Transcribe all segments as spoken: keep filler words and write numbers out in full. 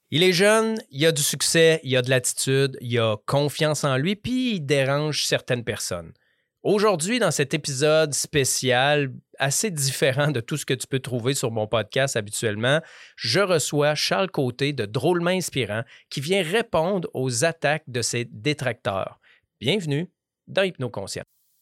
Il est jeune, il a du succès, il a de l'attitude, il a confiance en lui, puis il dérange certaines personnes. Aujourd'hui, dans cet épisode spécial, assez différent de tout ce que tu peux trouver sur mon podcast habituellement, je reçois Charles Côté de Drôlement Inspirant qui vient répondre aux attaques de ses détracteurs. Bienvenue dans Hypnoconscient.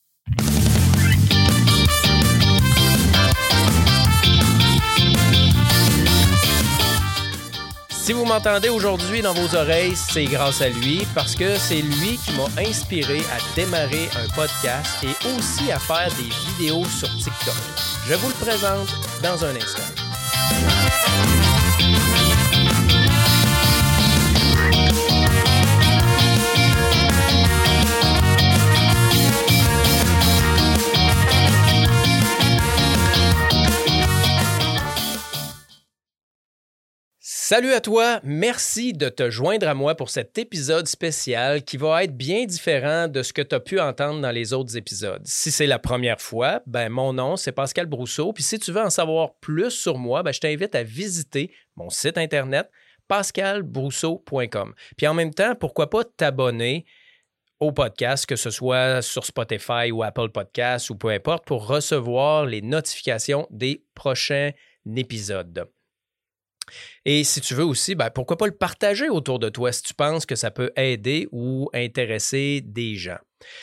Si vous m'entendez aujourd'hui dans vos oreilles, c'est grâce à lui parce que c'est lui qui m'a inspiré à démarrer un podcast et aussi à faire des vidéos sur TikTok. Je vous le présente dans un instant. Salut à toi, merci de te joindre à moi pour cet épisode spécial qui va être bien différent de ce que tu as pu entendre dans les autres épisodes. Si c'est la première fois, ben mon nom c'est Pascal Brousseau, puis si tu veux en savoir plus sur moi, ben je t'invite à visiter mon site internet pascal brousseau point com. Puis en même temps, pourquoi pas t'abonner au podcast, que ce soit sur Spotify ou Apple Podcasts ou peu importe, pour recevoir les notifications des prochains épisodes. Et si tu veux aussi, ben pourquoi pas le partager autour de toi si tu penses que ça peut aider ou intéresser des gens.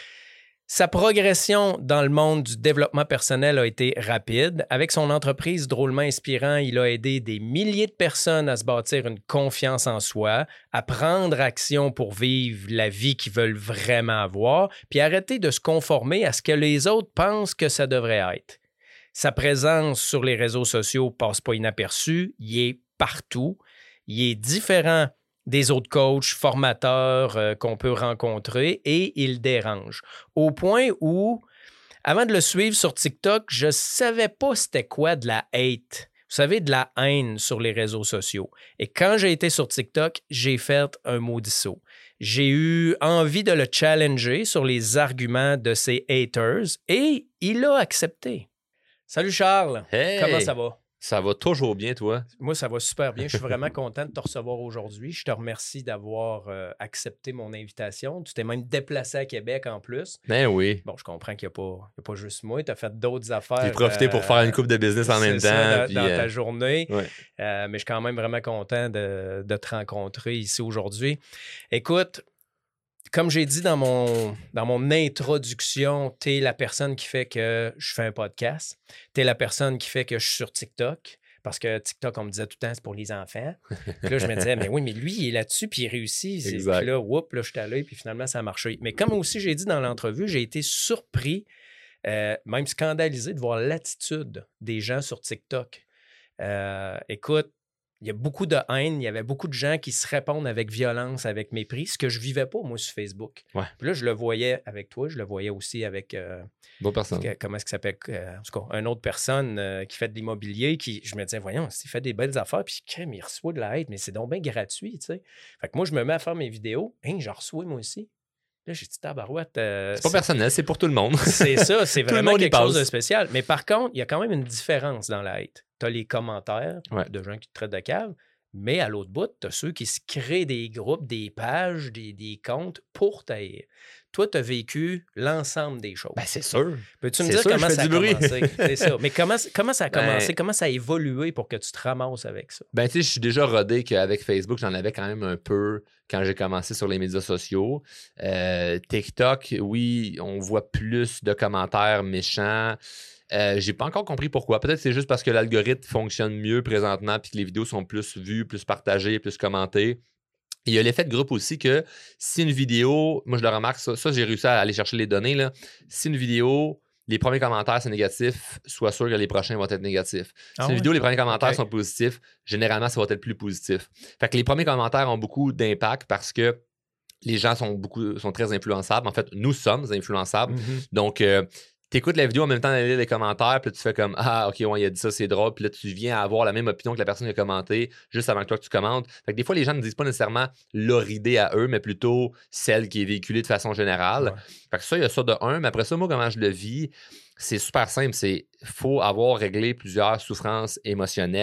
Sa progression dans le monde du développement personnel a été rapide. Avec son entreprise Drôlement Inspirant, il a aidé des milliers de personnes à se bâtir une confiance en soi, à prendre action pour vivre la vie qu'ils veulent vraiment avoir, puis arrêter de se conformer à ce que les autres pensent que ça devrait être. Sa présence sur les réseaux sociaux passe pas inaperçue, il est partout. Il est différent des autres coachs, formateurs euh, qu'on peut rencontrer et il dérange. Au point où, avant de le suivre sur TikTok, je ne savais pas c'était quoi de la hate. Vous savez, de la haine sur les réseaux sociaux. Et quand j'ai été sur TikTok, j'ai fait un maudit saut. J'ai eu envie de le challenger sur les arguments de ses haters et il a accepté. Salut Charles, hey, comment ça va? Ça va toujours bien, toi? Moi, ça va super bien. Je suis vraiment content de te recevoir aujourd'hui. Je te remercie d'avoir euh, accepté mon invitation. Tu t'es même déplacé à Québec en plus. Ben oui. Bon, je comprends qu'il n'y a, a pas juste moi. Tu as fait d'autres affaires. J'ai profité euh, pour faire une couple de business en même temps. Ça, dans, puis, dans euh... ta journée. Ouais. Euh, mais je suis quand même vraiment content de, de te rencontrer ici aujourd'hui. Écoute, comme j'ai dit dans mon, dans mon introduction, tu es la personne qui fait que je fais un podcast. Tu es la personne qui fait que je suis sur TikTok. Parce que TikTok, on me disait tout le temps, c'est pour les enfants. Puis là, je me disais, mais oui, mais lui, il est là-dessus, puis il réussit. Puis là, whoop, là, je suis allé, puis finalement, ça a marché. Mais comme aussi j'ai dit dans l'entrevue, j'ai été surpris, euh, même scandalisé de voir l'attitude des gens sur TikTok. Euh, écoute, il y a beaucoup de haine, il y avait beaucoup de gens qui se répondent avec violence, avec mépris, ce que je ne vivais pas, moi, sur Facebook. Ouais. Puis là, je le voyais avec toi, je le voyais aussi avec... Euh, Bonne personne. Que, comment est-ce qu'il s'appelle? Euh, en tout cas, une autre personne euh, qui fait de l'immobilier, qui, je me disais, voyons, il fait des belles affaires, puis crème, il reçoit de la haine, mais c'est donc bien gratuit, tu sais. Fait que moi, je me mets à faire mes vidéos, hein, j'en reçois moi aussi. Là, j'ai dit, tabarouette. Euh, c'est pas c'est... personnel, c'est pour tout le monde. C'est ça, c'est vraiment quelque chose de spécial. Mais par contre, il y a quand même une différence dans la hate. Tu as les commentaires ouais. de gens qui te traitent de cave. Mais à l'autre bout, tu as ceux qui se créent des groupes, des pages, des, des comptes pour t'haïr. Toi, tu as vécu l'ensemble des choses. Ben, c'est sûr. Peux-tu me c'est dire sûr, comment ça a bruit. commencé? C'est ça. Mais comment, comment ça a commencé? Ben, comment ça a évolué pour que tu te ramasses avec ça? Ben, tu sais, je suis déjà rodé qu'avec Facebook, j'en avais quand même un peu quand j'ai commencé sur les médias sociaux. Euh, TikTok, oui, on voit plus de commentaires méchants. Euh, j'ai pas encore compris pourquoi. Peut-être que c'est juste parce que l'algorithme fonctionne mieux présentement puis que les vidéos sont plus vues, plus partagées, plus commentées. Et il y a l'effet de groupe aussi que si une vidéo, moi je le remarque, ça, ça j'ai réussi à aller chercher les données, là. Si une vidéo, les premiers commentaires c'est négatif, sois sûr que les prochains vont être négatifs. Ah si ouais? une vidéo, les premiers commentaires okay. sont positifs, généralement ça va être plus positif. Fait que les premiers commentaires ont beaucoup d'impact parce que les gens sont, beaucoup, sont très influençables. En fait, nous sommes influençables. Mm-hmm. Donc, euh, tu écoutes la vidéo en même temps d'aller lire les commentaires, puis là, tu fais comme « Ah, OK, ouais, il a dit ça, c'est drôle. » Puis là, tu viens à avoir la même opinion que la personne qui a commenté juste avant que toi, que tu commentes. Fait que des fois, les gens ne disent pas nécessairement leur idée à eux, mais plutôt celle qui est véhiculée de façon générale. Ouais. Fait que ça, il y a ça de un. Mais après ça, moi, comment je le vis, c'est super simple. C'est faut avoir réglé plusieurs souffrances émotionnelles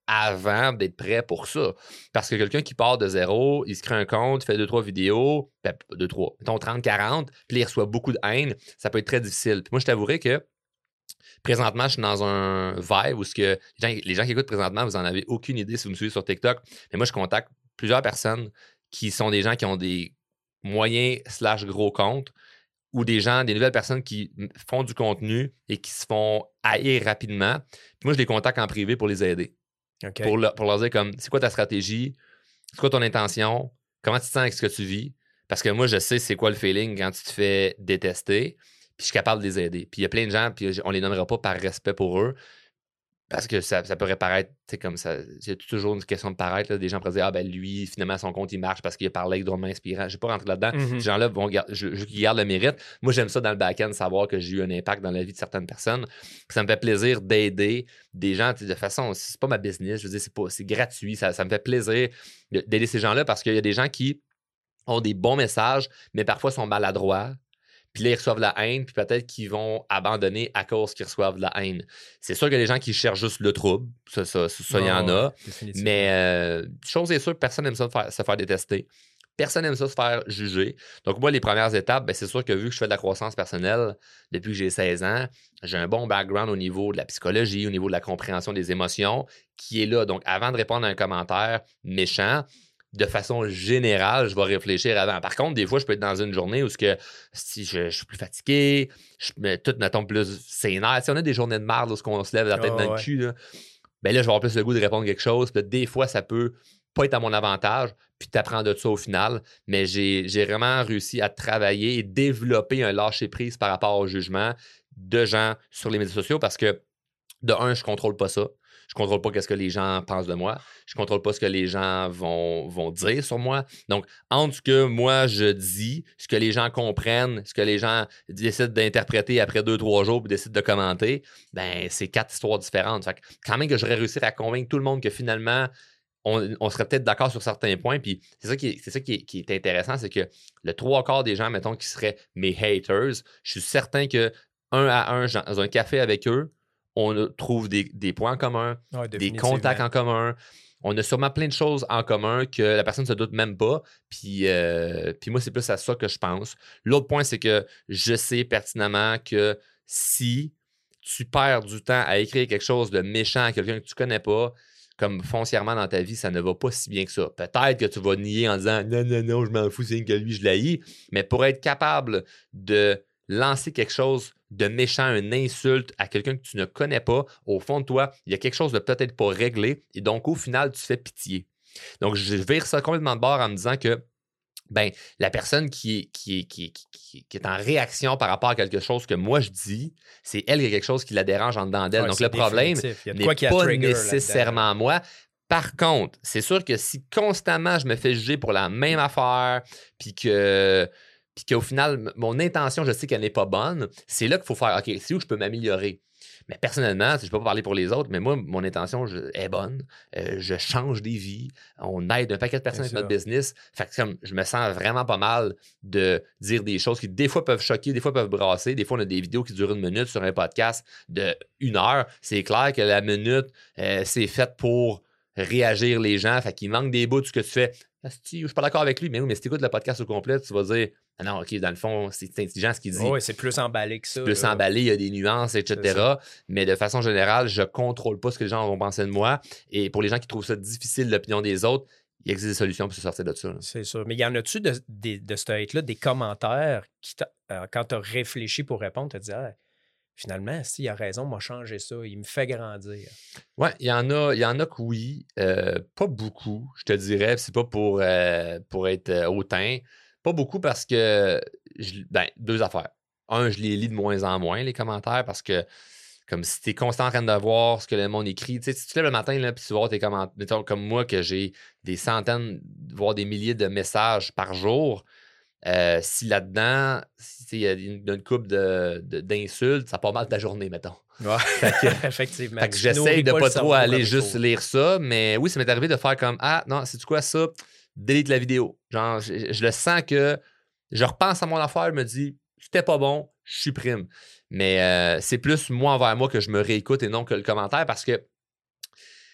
avant d'être prêt pour ça. Parce que quelqu'un qui part de zéro, il se crée un compte, il fait deux, trois vidéos, ben, deux, trois, mettons trente, quarante, puis il reçoit beaucoup de haine, ça peut être très difficile. Puis moi, je t'avouerais que présentement, je suis dans un vibe où ce que les gens, les gens qui écoutent présentement, vous n'en avez aucune idée si vous me suivez sur TikTok, mais moi, je contacte plusieurs personnes qui sont des gens qui ont des moyens slash gros comptes ou des gens, des nouvelles personnes qui font du contenu et qui se font haïr rapidement. Puis moi, je les contacte en privé pour les aider. Okay. Pour, le, pour leur dire comme, c'est quoi ta stratégie? C'est quoi ton intention? Comment tu te sens avec ce que tu vis? Parce que moi, je sais c'est quoi le feeling quand tu te fais détester. Puis je suis capable de les aider. Puis il y a plein de gens, puis on les nommera pas par respect pour eux. Parce que ça, ça pourrait paraître, tu sais, comme ça. C'est toujours une question de paraître. Là. Des gens pourraient dire, ah ben lui, finalement, son compte, il marche parce qu'il a parlé avec drôlement inspirant. Je ne vais pas rentrer là-dedans. Mm-hmm. Ces gens-là vont je, je, je gardent le mérite. Moi, j'aime ça dans le back-end, savoir que j'ai eu un impact dans la vie de certaines personnes. Puis ça me fait plaisir d'aider des gens. De façon, c'est pas ma business. Je veux dire, c'est, pas, c'est gratuit. Ça, ça me fait plaisir d'aider ces gens-là parce qu'il y a des gens qui ont des bons messages, mais parfois sont maladroits. Puis là, ils reçoivent de la haine, puis peut-être qu'ils vont abandonner à cause qu'ils reçoivent de la haine. C'est sûr qu'il y a des gens qui cherchent juste le trouble. Ça, ça, ça, ça il y en a. Mais euh, chose est sûre, personne n'aime ça de faire, se faire détester. Personne n'aime ça se faire juger. Donc moi, les premières étapes, ben, c'est sûr que vu que je fais de la croissance personnelle depuis que j'ai seize ans, j'ai un bon background au niveau de la psychologie, au niveau de la compréhension des émotions qui est là. Donc avant de répondre à un commentaire méchant, de façon générale, je vais réfléchir avant. Par contre, des fois, je peux être dans une journée où que, si je, je suis plus fatigué, je, tout me tombe plus sénère. Si on a des journées de marde où on se lève la tête oh, dans ouais. le cul, là, ben là, je vais avoir plus le goût de répondre quelque chose. Puis là, des fois, ça peut pas être à mon avantage, puis tu apprends de ça au final. Mais j'ai, j'ai vraiment réussi à travailler et développer un lâcher-prise par rapport au jugement de gens sur les médias sociaux parce que, de un, je contrôle pas ça. Je ne contrôle pas ce que les gens pensent de moi. Je ne contrôle pas ce que les gens vont, vont dire sur moi. Donc, entre ce que moi, je dis, ce que les gens comprennent, ce que les gens décident d'interpréter après deux, trois jours puis décident de commenter, ben c'est quatre histoires différentes. Fait que quand même que j'aurais réussi à convaincre tout le monde que finalement, on, on serait peut-être d'accord sur certains points. Puis c'est ça, qui est, c'est ça qui, est, qui est intéressant, c'est que le trois quarts des gens, mettons, qui seraient mes haters, je suis certain que un à un, dans un café avec eux, on trouve des, des points en commun, ouais, des contacts en commun. On a sûrement plein de choses en commun que la personne ne se doute même pas. Puis, euh, puis moi, c'est plus à ça que je pense. L'autre point, c'est que je sais pertinemment que si tu perds du temps à écrire quelque chose de méchant à quelqu'un que tu ne connais pas, comme foncièrement dans ta vie, ça ne va pas si bien que ça. Peut-être que tu vas nier en disant « Non, non, non, je m'en fous, c'est que lui, je l'haïs. » Mais pour être capable de lancer quelque chose de méchant, une insulte à quelqu'un que tu ne connais pas, au fond de toi, il y a quelque chose de peut-être pas réglé et donc au final, tu fais pitié. Donc, je vire ça complètement de bord en me disant que ben, la personne qui est, qui, est, qui, est, qui, est, qui est en réaction par rapport à quelque chose que moi je dis, c'est elle qui a quelque chose qui la dérange en dedans d'elle. Ouais, donc, le problème n'est pas nécessairement moi. Par contre, c'est sûr que si constamment je me fais juger pour la même affaire, puis que... puis qu'au final, mon intention, je sais qu'elle n'est pas bonne, c'est là qu'il faut faire, OK, c'est où je peux m'améliorer? Mais personnellement, je ne peux pas parler pour les autres, mais moi, mon intention je, est bonne. Euh, je change des vies. On aide un paquet de personnes avec notre business. Fait que comme, je me sens vraiment pas mal de dire des choses qui, des fois, peuvent choquer, des fois, peuvent brasser. Des fois, on a des vidéos qui durent une minute sur un podcast de une heure. C'est clair que la minute, euh, c'est faite pour réagir les gens. Fait qu'il manque des bouts de ce que tu fais. Je suis pas d'accord avec lui, mais oui, mais si tu écoutes le podcast au complet, tu vas dire ah non, OK, dans le fond, c'est intelligent ce qu'il dit. Oui, c'est plus emballé que ça. C'est plus là. emballé, il y a des nuances, et cetera. Mais de façon générale, je ne contrôle pas ce que les gens vont penser de moi. Et pour les gens qui trouvent ça difficile, l'opinion des autres, il existe des solutions pour se sortir de ça. Là. C'est sûr. Mais y en a-tu de, de, de ce hate-là, des commentaires qui, euh, quand tu as réfléchi pour répondre, tu as dit ah, finalement, si, il a raison, m'a changé ça, il me fait grandir. Oui, il y en a, il y en a que oui. Euh, pas beaucoup, je te dirais. C'est pas pour, euh, pour être euh, hautain. Pas beaucoup parce que, je, ben, deux affaires. Un, je les lis de moins en moins, les commentaires, parce que, comme si tu es constant en train de voir ce que le monde écrit. Tu sais, si tu te lèves le matin, là, puis tu vois tes commentaires, mettons, comme moi, que j'ai des centaines, voire des milliers de messages par jour, euh, si là-dedans, il y a une, une couple de, de, d'insultes, ça part mal ta journée, mettons. Ouais. Fait que, effectivement. Fait que j'essaye de pas, pas trop aller juste lire ça, mais oui, ça m'est arrivé de faire comme ah, non, c'est-tu quoi ça? Delete la vidéo. Genre, je, je le sens que je repense à mon affaire, je me dis, c'était pas bon, je supprime. Mais euh, c'est plus moi envers moi que je me réécoute et non que le commentaire parce que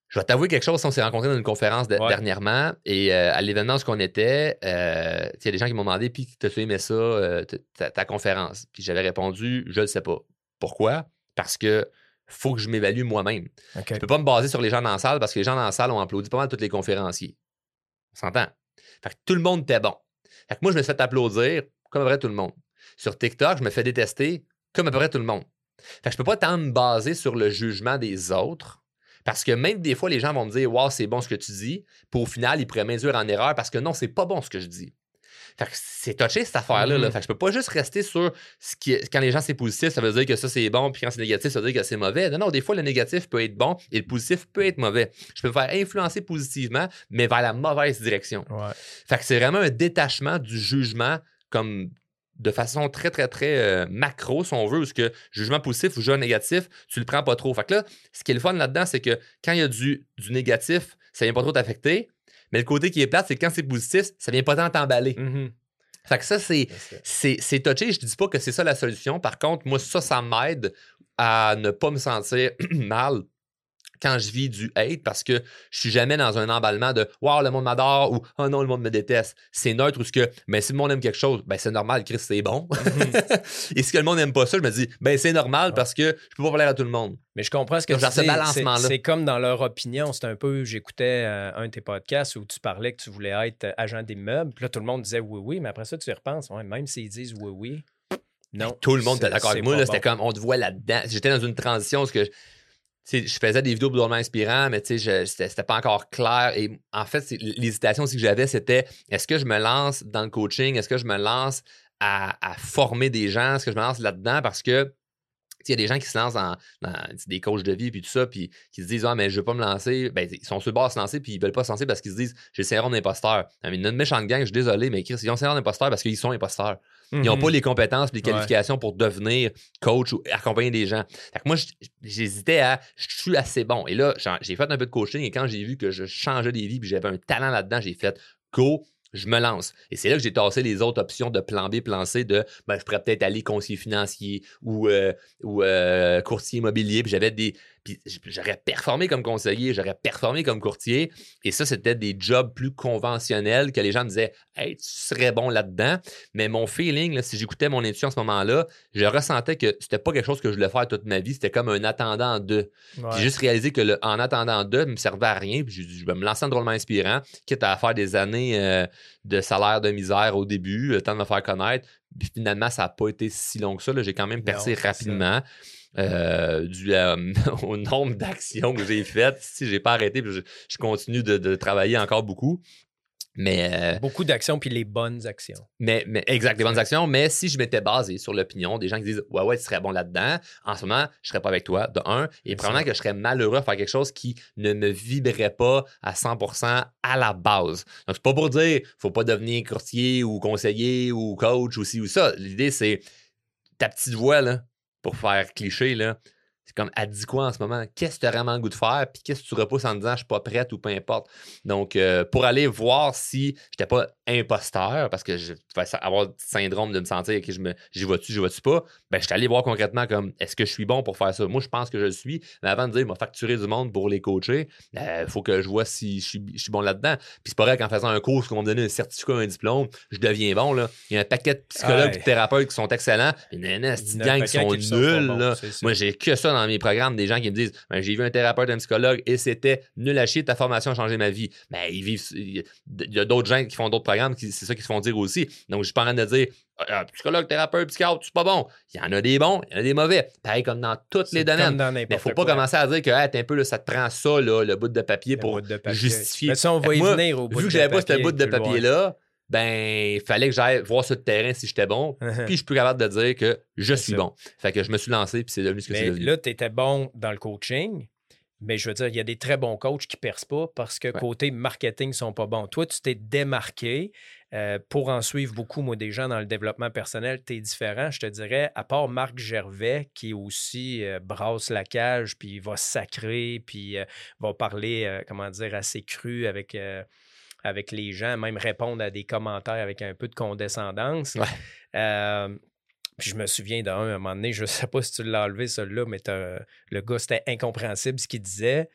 Je vais t'avouer quelque chose, on s'est rencontrés dans une conférence de, Ouais. dernièrement et euh, à l'événement où on était, euh, il y a des gens qui m'ont demandé puis t'as-tu aimé ça, euh, ta, ta conférence? Puis j'avais répondu, je ne sais pas. Pourquoi? Parce que faut que je m'évalue moi-même. Okay. Je peux pas me baser sur les gens dans la salle parce que les gens dans la salle ont applaudi pas mal tous les conférenciers. On s'entend? Fait que tout le monde était bon. Fait que moi, je me suis fait applaudir comme à peu près tout le monde. Sur TikTok, je me fais détester comme à peu près tout le monde. Fait que je peux pas tant me baser sur le jugement des autres. Parce que même des fois, les gens vont me dire « Wow, c'est bon ce que tu dis », puis au final, ils pourraient m'induire en erreur parce que non, c'est pas bon ce que je dis. Fait que c'est touché cette affaire-là. Mm-hmm. Là. Fait que je peux pas juste rester sur ce qui est, quand les gens c'est positif, ça veut dire que ça c'est bon, puis quand c'est négatif, ça veut dire que c'est mauvais. Non, non, des fois le négatif peut être bon et le positif peut être mauvais. Je peux me faire influencer positivement, mais vers la mauvaise direction. Ouais. Fait que c'est vraiment un détachement du jugement comme de façon très, très, très euh, macro, si on veut, où ce que jugement positif ou jugement négatif, tu le prends pas trop. Fait que là, ce qui est le fun là-dedans, c'est que quand il y a du, du négatif, ça vient pas trop t'affecter. Mais le côté qui est plate, c'est que quand c'est positif, ça vient pas tant t'emballer. Mm-hmm. Fait que ça, c'est, c'est, c'est touché. Je dis pas que c'est ça la solution. Par contre, moi, ça, ça m'aide à ne pas me sentir mal quand je vis du hate parce que je suis jamais dans un emballement de « Wow, le monde m'adore » ou « Oh non, le monde me déteste ». C'est neutre ou ce que, ben, si le monde aime quelque chose, ben, c'est normal, Chris, c'est bon. Mm-hmm. Et si le monde n'aime pas ça, je me dis « Ben, c'est normal ouais. parce que je peux pas parler à tout le monde ». Mais je comprends ce que Donc, tu dis. C'est, c'est comme dans leur opinion. C'est un peu, j'écoutais euh, un de tes podcasts où tu parlais que tu voulais être agent d'immeuble. Puis là, tout le monde disait « Oui, oui », mais après ça, tu y repenses. Ouais, même s'ils disent « Oui, oui », non. Tout le monde était d'accord avec moi. Là, bon. C'était comme, on te voit là-dedans. J'étais dans une transition parce que... T'sais, je faisais des vidéos drôlement inspirantes, mais je, c'était, c'était pas encore clair. Et en fait, c'est, l'hésitation aussi que j'avais, c'était est-ce que je me lance dans le coaching? Est-ce que je me lance à, à former des gens? Est-ce que je me lance là-dedans? Parce que il y a des gens qui se lancent dans, dans des coachs de vie puis tout ça, puis qui se disent « Ah, mais je veux pas me lancer. » Ben, ils sont sur le bord de se lancer, puis ils veulent pas se lancer parce qu'ils se disent « J'ai le syndrome d'imposteur. » Il y a une méchante gang, je suis désolé, mais ils ont le syndrome d'imposteur parce qu'ils sont imposteurs. Mm-hmm. Ils n'ont pas les compétences et les qualifications ouais. pour devenir coach ou accompagner des gens. Fait que moi, j'hésitais à « Je suis assez bon. » Et là, j'ai fait un peu de coaching et quand j'ai vu que je changeais des vies puis j'avais un talent là-dedans, j'ai fait « Go! » Je me lance. Et c'est là que j'ai tassé les autres options de plan B, plan C, de ben, je pourrais peut-être aller conseiller financier ou, euh, ou euh, courtier immobilier. Puis j'avais des. Puis j'aurais performé comme conseiller, j'aurais performé comme courtier. Et ça, c'était des jobs plus conventionnels que les gens me disaient Hey, tu serais bon là-dedans. Mais mon feeling, là, si j'écoutais mon intuition à ce moment-là, je ressentais que c'était pas quelque chose que je voulais faire toute ma vie. C'était comme un attendant de. Ouais. J'ai juste réalisé que le en attendant de me servait à rien. Puis je, je vais me lancer en drôlement inspirant, quitte à faire des années euh, de salaire de misère au début, le temps de me faire connaître. Puis finalement, ça n'a pas été si long que ça. Là. J'ai quand même percé non, rapidement. Ça. Euh, dû à, euh, au nombre d'actions que j'ai faites. Si j'ai pas arrêté, je, je continue de, de travailler encore beaucoup. Mais, euh, beaucoup d'actions, puis les bonnes actions. Mais, mais exact, les bonnes actions. Mais si je m'étais basé sur l'opinion des gens qui disent Ouais, ouais, tu serais bon là-dedans, en ce moment, je serais pas avec toi, de un. Et probablement que je serais malheureux à faire quelque chose qui ne me vibrerait pas à cent pour cent à la base. Donc, c'est pas pour dire faut pas devenir courtier ou conseiller ou coach ou ci ou ça. L'idée, c'est ta petite voix, là, pour faire cliché, là. C'est comme, elle dit quoi en ce moment? Qu'est-ce que tu as vraiment le goût de faire? Puis qu'est-ce que tu repousses en disant, je suis pas prête ou peu importe. Donc, euh, pour aller voir si j'étais pas imposteur, parce que je vais avoir le syndrome de me sentir que je me, j'y vais-tu, j'y vais-tu pas, ben, je suis allé voir concrètement comme, est-ce que je suis bon pour faire ça? Moi, je pense que je le suis. Mais avant de dire, m'a facturé du monde pour les coacher, il euh, faut que je vois si je suis, je suis bon là-dedans. Puis c'est pas vrai qu'en faisant un cours, qu'on va me donner un certificat, un diplôme, je deviens bon, là. Il y a un paquet de psychologues et de thérapeutes qui sont excellents. Il y en a une gang qui sont nuls, bon, là. Moi, j'ai que ça dans mes programmes, des gens qui me disent ben, j'ai vu un thérapeute, un psychologue et c'était nul à chier, ta formation a changé ma vie. Ben, ils vivent, il y a d'autres gens qui font d'autres programmes, qui, c'est ça qu'ils se font dire aussi. Donc, je suis pas en train de dire ah, psychologue, thérapeute, psychiatre, c'est pas bon. Il y en a des bons, il y en a des mauvais. Pareil comme dans tous c'est les domaines. Mais il faut pas quoi. commencer à dire que hey, t'es un peu, là, ça te prend ça, là, le bout de papier le pour de papier. justifier. Mais ça, on va y moi, venir au bout vu que de j'avais papier, pas ce bout de papier-là, ben, il fallait que j'aille voir sur le terrain si j'étais bon. Puis je suis plus capable de dire que je suis bon. Fait que je me suis lancé, puis c'est devenu ce que mais c'est devenu. Là, tu étais bon dans le coaching, mais je veux dire, il y a des très bons coachs qui ne percent pas parce que ouais. côté marketing, ils ne sont pas bons. Toi, tu t'es démarqué. Euh, pour en suivre beaucoup, moi, des gens dans le développement personnel, tu es différent. Je te dirais, à part Marc Gervais, qui aussi euh, brasse la cage, puis va sacrer, puis euh, va parler, euh, comment dire, assez cru avec... Euh, avec les gens, même répondre à des commentaires avec un peu de condescendance. Ouais. Euh, puis je me souviens d'un, à un moment donné, je ne sais pas si tu l'as enlevé, celui-là, mais le gars, c'était incompréhensible ce qu'il disait.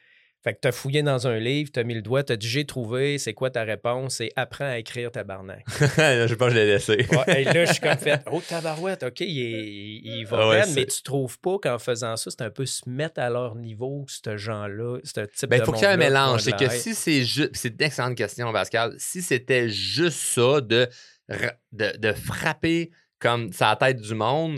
Fait que tu as fouillé dans un livre, tu as mis le doigt, tu as dit j'ai trouvé, c'est quoi ta réponse? Et apprends à écrire tabarnak. Je sais pas, je l'ai laissé. Ouais, et là, je suis comme fait, oh tabarouette, OK, il, est, il va Ouais, raide, c'est- mais tu trouves pas qu'en faisant ça, c'est un peu se mettre à leur niveau, ce genre-là, ce type Ben, de il faut qu'il y ait un monde-là, mélange. qui vont C'est de que l'aide. si c'est juste. C'est une excellente question, Pascal. Si c'était juste ça, de, ra- de, de frapper comme ça la tête du monde,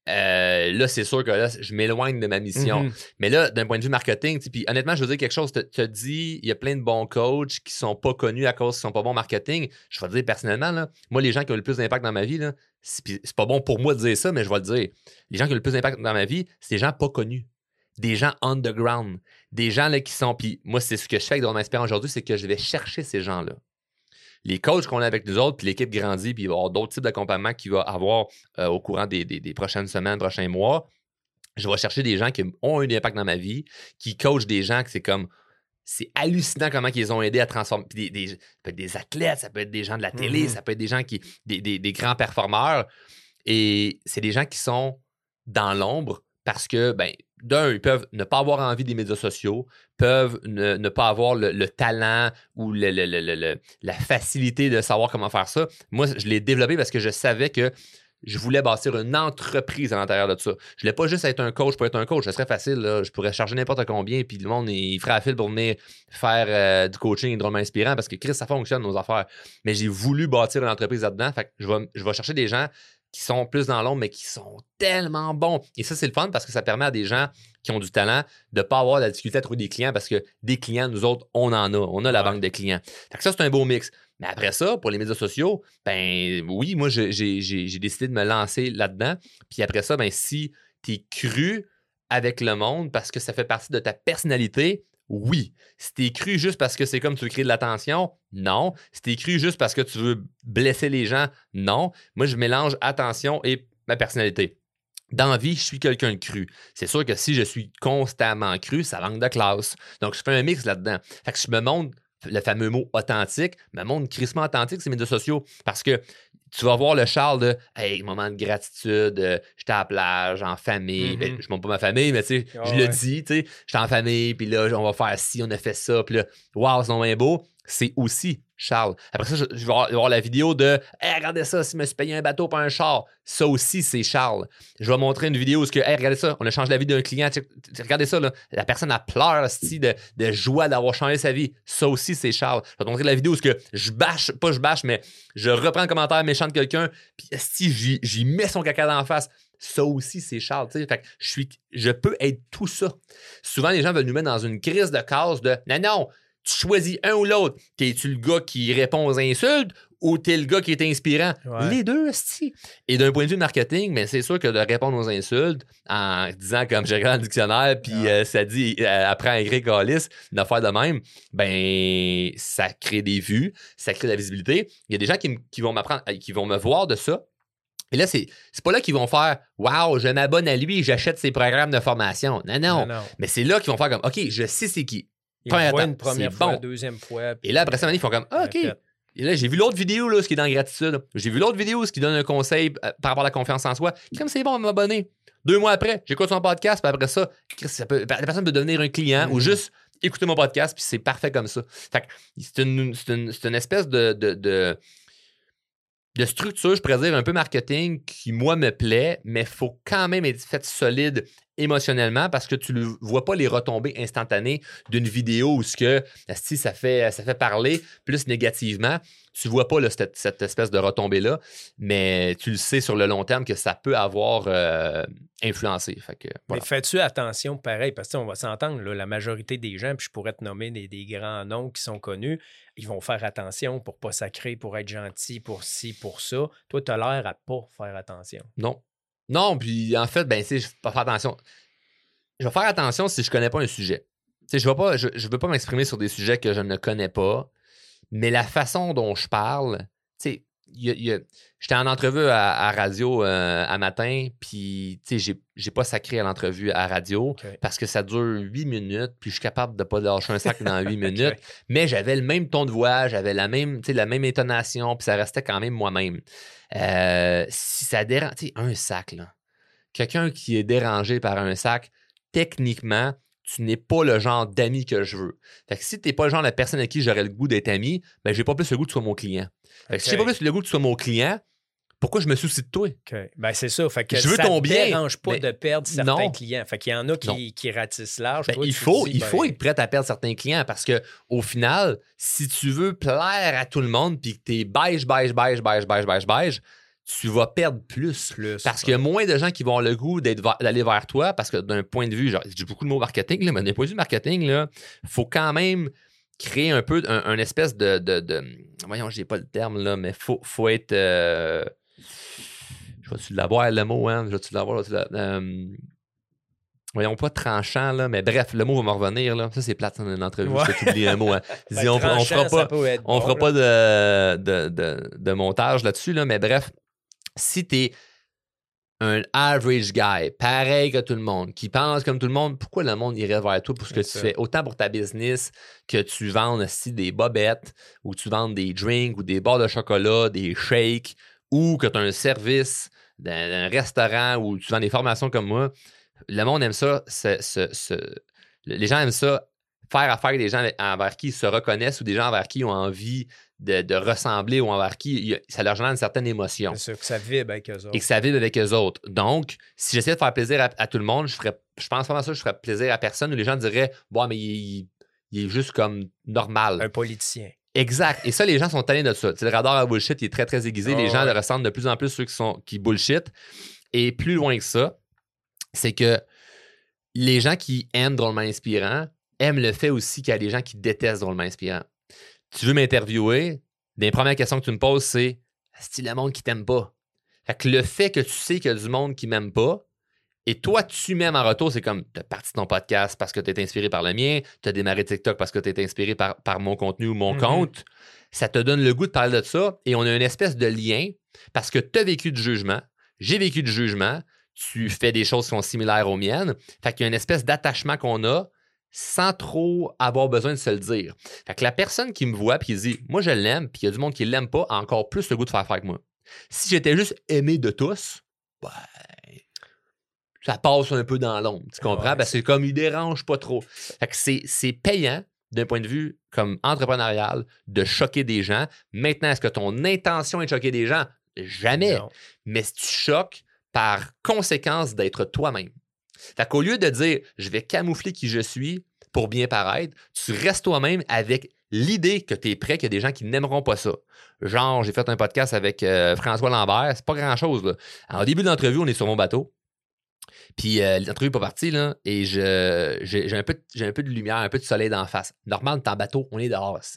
euh, là, c'est sûr que là, je m'éloigne de ma mission. Mhm. Mais là, d'un point de vue marketing, tu sais, puis honnêtement, je veux dire quelque chose. Tu as dit, il y a plein de bons coachs qui sont pas connus à cause qu'ils sont pas bons en marketing. Je vais te dire personnellement, là, moi, les gens qui ont le plus d'impact dans ma vie, là, c'est puis c'est pas bon pour moi de dire ça, mais je vais le dire. Les gens qui ont le plus d'impact dans ma vie, c'est des gens pas connus. Des gens underground. Des gens là, qui sont. Puis moi, c'est ce que je fais avec Drôlement Inspirant aujourd'hui, c'est que je vais chercher ces gens-là. Les coachs qu'on a avec nous autres, puis l'équipe grandit, puis il va y avoir d'autres types d'accompagnement qu'il va avoir euh, au courant des, des, des prochaines semaines, prochains mois. Je vais chercher des gens qui ont eu un impact dans ma vie, qui coachent des gens que c'est comme. C'est hallucinant comment ils les ont aidés à transformer. Puis des, des, ça peut être des athlètes, ça peut être des gens de la télé, Mhm. ça peut être des gens qui. Des, des, des grands performeurs. Et c'est des gens qui sont dans l'ombre parce que, ben, d'un, ils peuvent ne pas avoir envie des médias sociaux, peuvent ne, ne pas avoir le, le talent ou le, le- le- le- le- la facilité de savoir comment faire ça. Moi, je l'ai développé parce que je savais que je voulais bâtir une entreprise à l'intérieur de ça. Je voulais pas juste être un coach pour être un coach. Ce serait facile, là. Je pourrais charger n'importe combien, puis le monde, il ferait la file pour venir faire euh, du coaching drôlement inspirant parce que, Chris, ça fonctionne, nos affaires. Mais j'ai voulu bâtir une entreprise là-dedans. Fait que je vais, je vais chercher des gens qui sont plus dans l'ombre, mais qui sont tellement bons. Et ça, c'est le fun parce que ça permet à des gens qui ont du talent de ne pas avoir de la difficulté à trouver des clients parce que des clients, nous autres, on en a. On a la Ouais. banque de clients. Fait que ça, c'est un beau mix. Mais après ça, pour les médias sociaux, ben oui, moi, j'ai, j'ai, j'ai décidé de me lancer là-dedans. Puis après ça, ben si tu es cru avec le monde parce que ça fait partie de ta personnalité, oui. Si t'es cru juste parce que c'est comme tu veux créer de l'attention, non. Si t'es cru juste parce que tu veux blesser les gens, non. Moi, je mélange attention et ma personnalité. Dans la vie, je suis quelqu'un de cru. C'est sûr que si je suis constamment cru, ça manque de classe. Donc, je fais un mix là-dedans. Fait que je me montre le fameux mot authentique, me montre crissement authentique, c'est mes médias sociaux. Parce que tu vas voir le Charles de hey, moment de gratitude, euh, j'étais à la plage, en famille. Mm-hmm. Ben, je ne montre pas ma famille, mais tu sais, Oh, je le ouais. dis, tu sais, j'étais en famille, puis là, on va faire ci, on a fait ça, puis là, waouh, c'est bien beau. C'est aussi Charles. Après ça, je, je vais avoir, avoir la vidéo de hey, regardez ça, si je me suis payé un bateau pour un char. Ça aussi, c'est Charles. Je vais montrer une vidéo où que, hey, regardez ça, on a changé la vie d'un client. Regardez ça, là. La personne a pleuré de, de joie d'avoir changé sa vie. Ça aussi, c'est Charles. Je vais te montrer la vidéo où que je bâche, pas je bâche, mais je reprends le commentaire méchant de quelqu'un, puis si j'y, j'y mets son caca dans la face. Ça aussi, c'est Charles. Fait que je, suis, je peux être tout ça. Souvent, les gens veulent nous mettre dans une crise de case de non, non. Tu choisis un ou l'autre. T'es-tu le gars qui répond aux insultes ou t'es le gars qui est inspirant? Ouais. Les deux, esti. Et d'un point de vue marketing, mais c'est sûr que de répondre aux insultes en disant comme j'ai regardé dans le dictionnaire puis Ouais. euh, ça dit euh, apprends à écrire calice, d'en faire de même, ben ça crée des vues, ça crée de la visibilité. Il y a des gens qui, m- qui vont m'apprendre, euh, qui vont me voir de ça. Et là, c'est, c'est pas là qu'ils vont faire waouh, je m'abonne à lui et j'achète ses programmes de formation. Non, non. Non, non. Mais c'est là qu'ils vont faire comme OK, je sais c'est qui. Ils Première le voient étape, une première c'est fois, bon. deuxième fois. Et là, après ça, ils font comme ah, OK. Répète. Et là, j'ai vu l'autre vidéo, là, ce qui est dans la gratitude. J'ai vu l'autre vidéo, ce qui donne un conseil euh, par rapport à la confiance en soi. Comme c'est bon, m'abonner. Deux mois après, j'écoute son podcast, puis après ça, ça peut, la personne peut devenir un client Mm-hmm. ou juste écouter mon podcast, puis c'est parfait comme ça. Fait que c'est une, c'est une, c'est une espèce de, de, de, de structure, je pourrais dire, un peu marketing qui, moi, me plaît, mais il faut quand même être fait solide émotionnellement parce que tu ne vois pas les retombées instantanées d'une vidéo où ce que, si ça fait, ça fait parler plus négativement, tu ne vois pas là, cette, cette espèce de retombée-là, mais tu le sais sur le long terme que ça peut avoir euh, influencé. Fait que, voilà. Mais fais-tu attention pareil, parce qu'on va s'entendre, là, la majorité des gens, puis je pourrais te nommer des, des grands noms qui sont connus, ils vont faire attention pour pas sacrer, pour être gentil, pour ci, pour ça. Toi, tu as l'air à pas faire attention. Non. Non, puis en fait, ben, je vais pas faire attention. Je vais faire attention si je connais pas un sujet. T'sais, je ne veux pas, je, je veux pas m'exprimer sur des sujets que je ne connais pas, mais la façon dont je parle, tu sais, j'étais en entrevue à, à radio euh, à matin, puis j'ai, j'ai pas sacré à l'entrevue à radio Okay. parce que ça dure huit minutes, puis je suis capable de pas lâcher un sac dans huit minutes, Okay. mais j'avais le même ton de voix, j'avais la même, la même intonation, puis ça restait quand même moi-même. Euh, si ça dérange, tu sais, un sac, là. Quelqu'un qui est dérangé par un sac, techniquement, tu n'es pas le genre d'ami que je veux. Fait que si tu n'es pas le genre de personne avec qui j'aurais le goût d'être ami, ben j'ai pas plus le goût que tu sois mon client. Fait que okay. si j'ai pas plus le goût que tu sois mon client, pourquoi je me soucie de toi? Okay. Ben c'est ça. Fait que je veux ça ton ne bien, dérange pas mais... de perdre certains non. clients. Fait qu'il y en a qui, qui ratissent large. Ben, Toi, il tu faut, dis, il ben... faut être prêt à perdre certains clients parce qu'au final, si tu veux plaire à tout le monde puis que tu es beige, beige, beige, beige, beige, beige, beige, tu vas perdre plus. plus parce ouais. qu'il y a moins de gens qui vont avoir le goût d'être, d'aller vers toi parce que d'un point de vue, genre, j'ai beaucoup de mots marketing, là, mais d'un point de vue marketing, il faut quand même créer un peu un, un espèce de, de, de... Voyons, je n'ai pas le terme, là, mais il faut, faut être... Euh... Je vais-tu l'avoir, le mot, hein? Je vais-tu l'avoir? Je vais-tu la... euh... Voyons, pas tranchant, là, mais bref, le mot va me revenir. Là. Ça, c'est plate dans une entrevue, ouais. Tu oublies un mot. Hein. ben, Dis, on, tranchant, on fera pas, on bon, fera pas de, de, de, de montage là-dessus, là, mais bref, si tu es un average guy, pareil que tout le monde, qui pense comme tout le monde, pourquoi le monde irait vers toi pour ce que c'est tu ça. Fais? Autant pour ta business que tu vendes aussi des bobettes, ou tu vendes des drinks, ou des barres de chocolat, des shakes, ou que tu as un service d'un, d'un restaurant, ou tu vends des formations comme moi. Le monde aime ça, c'est, c'est, c'est, les gens aiment ça, faire affaire avec des gens envers qui ils se reconnaissent ou des gens envers qui ils ont envie de, de ressembler ou envers qui ça leur génère une certaine émotion. C'est sûr, que ça vibre avec eux autres. Et que ça vibre avec eux autres. Donc, si j'essayais de faire plaisir à, à tout le monde, je ferais, je pense vraiment ça, je ferais plaisir à personne où les gens diraient « Bon, mais il, il est juste comme normal. » Un politicien. Exact. Et ça, les gens sont tannés de ça. T'sais, le radar à bullshit, il est très, très aiguisé. Oh, les gens ouais. le ressentent de plus en plus, ceux qui, sont, qui bullshit. Et plus loin que ça, c'est que les gens qui aiment Drôlement Inspirant aiment le fait aussi qu'il y a des gens qui détestent Drôlement Inspirant. Tu veux m'interviewer, les premières questions que tu me poses, c'est « Est-ce le monde qui t'aime pas? » Fait que le fait que tu sais qu'il y a du monde qui m'aime pas, et toi, tu m'aimes en retour, c'est comme tu as parti de ton podcast parce que tu es inspiré par le mien, tu as démarré TikTok parce que tu es inspiré par, par mon contenu ou mon mm-hmm. compte. Ça te donne le goût de parler de ça et on a une espèce de lien parce que tu as vécu du jugement, j'ai vécu du jugement, tu fais des choses qui sont similaires aux miennes. Fait qu'il y a une espèce d'attachement qu'on a sans trop avoir besoin de se le dire. Fait que la personne qui me voit et qui dit « Moi, je l'aime » puis il y a du monde qui l'aime pas, a encore plus le goût de faire affaire avec moi. Si j'étais juste aimé de tous, ben, ça passe un peu dans l'ombre, tu comprends? Ouais, Parce que c'est comme, il dérange pas trop. Fait que c'est, c'est payant d'un point de vue comme entrepreneurial de choquer des gens. Maintenant, est-ce que ton intention est de choquer des gens? Jamais. Non. Mais si tu choques par conséquence d'être toi-même. Fait qu'au lieu de dire « je vais camoufler qui je suis pour bien paraître », tu restes toi-même avec l'idée que tu es prêt, qu'il y a des gens qui n'aimeront pas ça. Genre, j'ai fait un podcast avec euh, François Lambert, c'est pas grand-chose, là. Alors, au début de l'entrevue, on est sur mon bateau. Puis euh, l'entrevue n'est pas partie, là, et je, j'ai, j'ai, un peu, j'ai un peu de lumière, un peu de soleil d'en face. Normal, t'es en bateau, on est dehors. Aussi.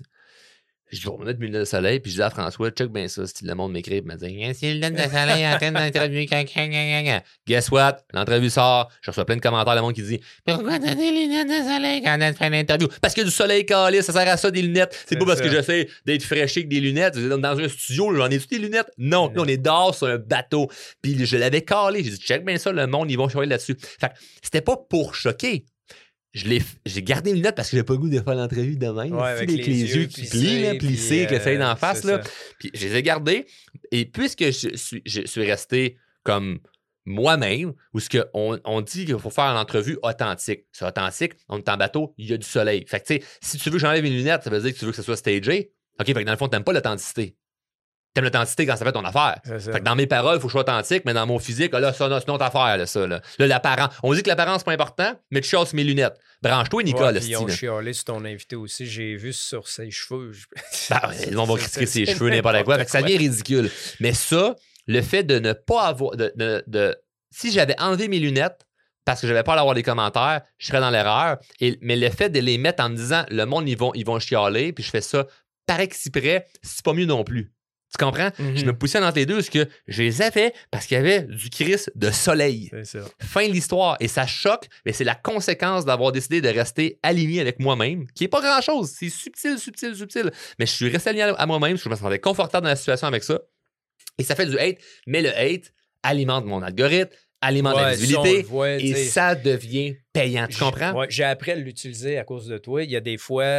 Je dis, on va mettre mes lunettes de soleil, puis je dis à François, check bien ça, si le monde m'écrit, il me dit, c'est le lunettes de soleil en train d'interviewer quelqu'un. Guess what? L'entrevue sort, je reçois plein de commentaires, le monde qui dit, pourquoi t'as des lunettes de soleil quand on fait l'interview? Parce qu'il y a du soleil calé, ça sert à ça, des lunettes. C'est, c'est pas parce ça. Que j'essaie d'être fraîché avec des lunettes. Dans un studio, j'en ai-tu des lunettes? Non, là, on est dehors sur un bateau. Puis je l'avais calé, j'ai dit, check bien ça, le monde, ils vont choquer là-dessus. Fait que c'était pas pour choquer. Je l'ai, j'ai gardé les lunettes parce que j'ai pas le goût de faire l'entrevue de même. Ouais, avec, avec les, les yeux, yeux qui plient, là, plissés, avec le soleil d'en face. Là. Puis je les ai gardés. Et puisque je suis, je suis resté comme moi-même, où ce qu'on on dit qu'il faut faire une entrevue authentique. C'est authentique, on est en bateau, il y a du soleil. Fait que tu sais, si tu veux que j'enlève mes lunettes, ça veut dire que tu veux que ce soit stagé. OK, fait que dans le fond, t'aimes pas l'authenticité. T'aimes l'authenticité quand ça fait ton affaire. Fait que dans mes paroles, il faut que je sois authentique, mais dans mon physique, là, ça, c'est notre affaire, là, ça. Là, là l'apparent. On dit que l'apparence, c'est pas important, mais tu chiales sur mes lunettes. Branche-toi, Nicole. Ouais, ils ont chialé sur ton invité aussi. J'ai vu sur ses cheveux. Ben, on va critiquer ses cheveux, n'importe quoi. Fait que ça devient ridicule. Mais ça, le fait de ne pas avoir... De, de, de, si j'avais enlevé mes lunettes, parce que je n'avais pas à avoir des commentaires, je serais dans l'erreur. Et, mais le fait de les mettre en me disant, le monde, ils vont, ils vont chialer, puis je fais ça, paraît que si près, c'est pas mieux non plus. Tu comprends? Mm-hmm. Je me poussais entre les deux parce que je les avais parce qu'il y avait du Christ de soleil. C'est ça. Fin de l'histoire. Et ça choque, mais c'est la conséquence d'avoir décidé de rester aligné avec moi-même, qui n'est pas grand-chose. C'est subtil, subtil, subtil. Mais je suis resté aligné à moi-même, je me sentais confortable dans la situation avec ça. Et ça fait du hate, mais le hate alimente mon algorithme, alimente ouais, la visibilité, si voit, et t'sais, ça devient payant. Tu comprends? Ouais, j'ai appris à l'utiliser à cause de toi. Il y a des fois...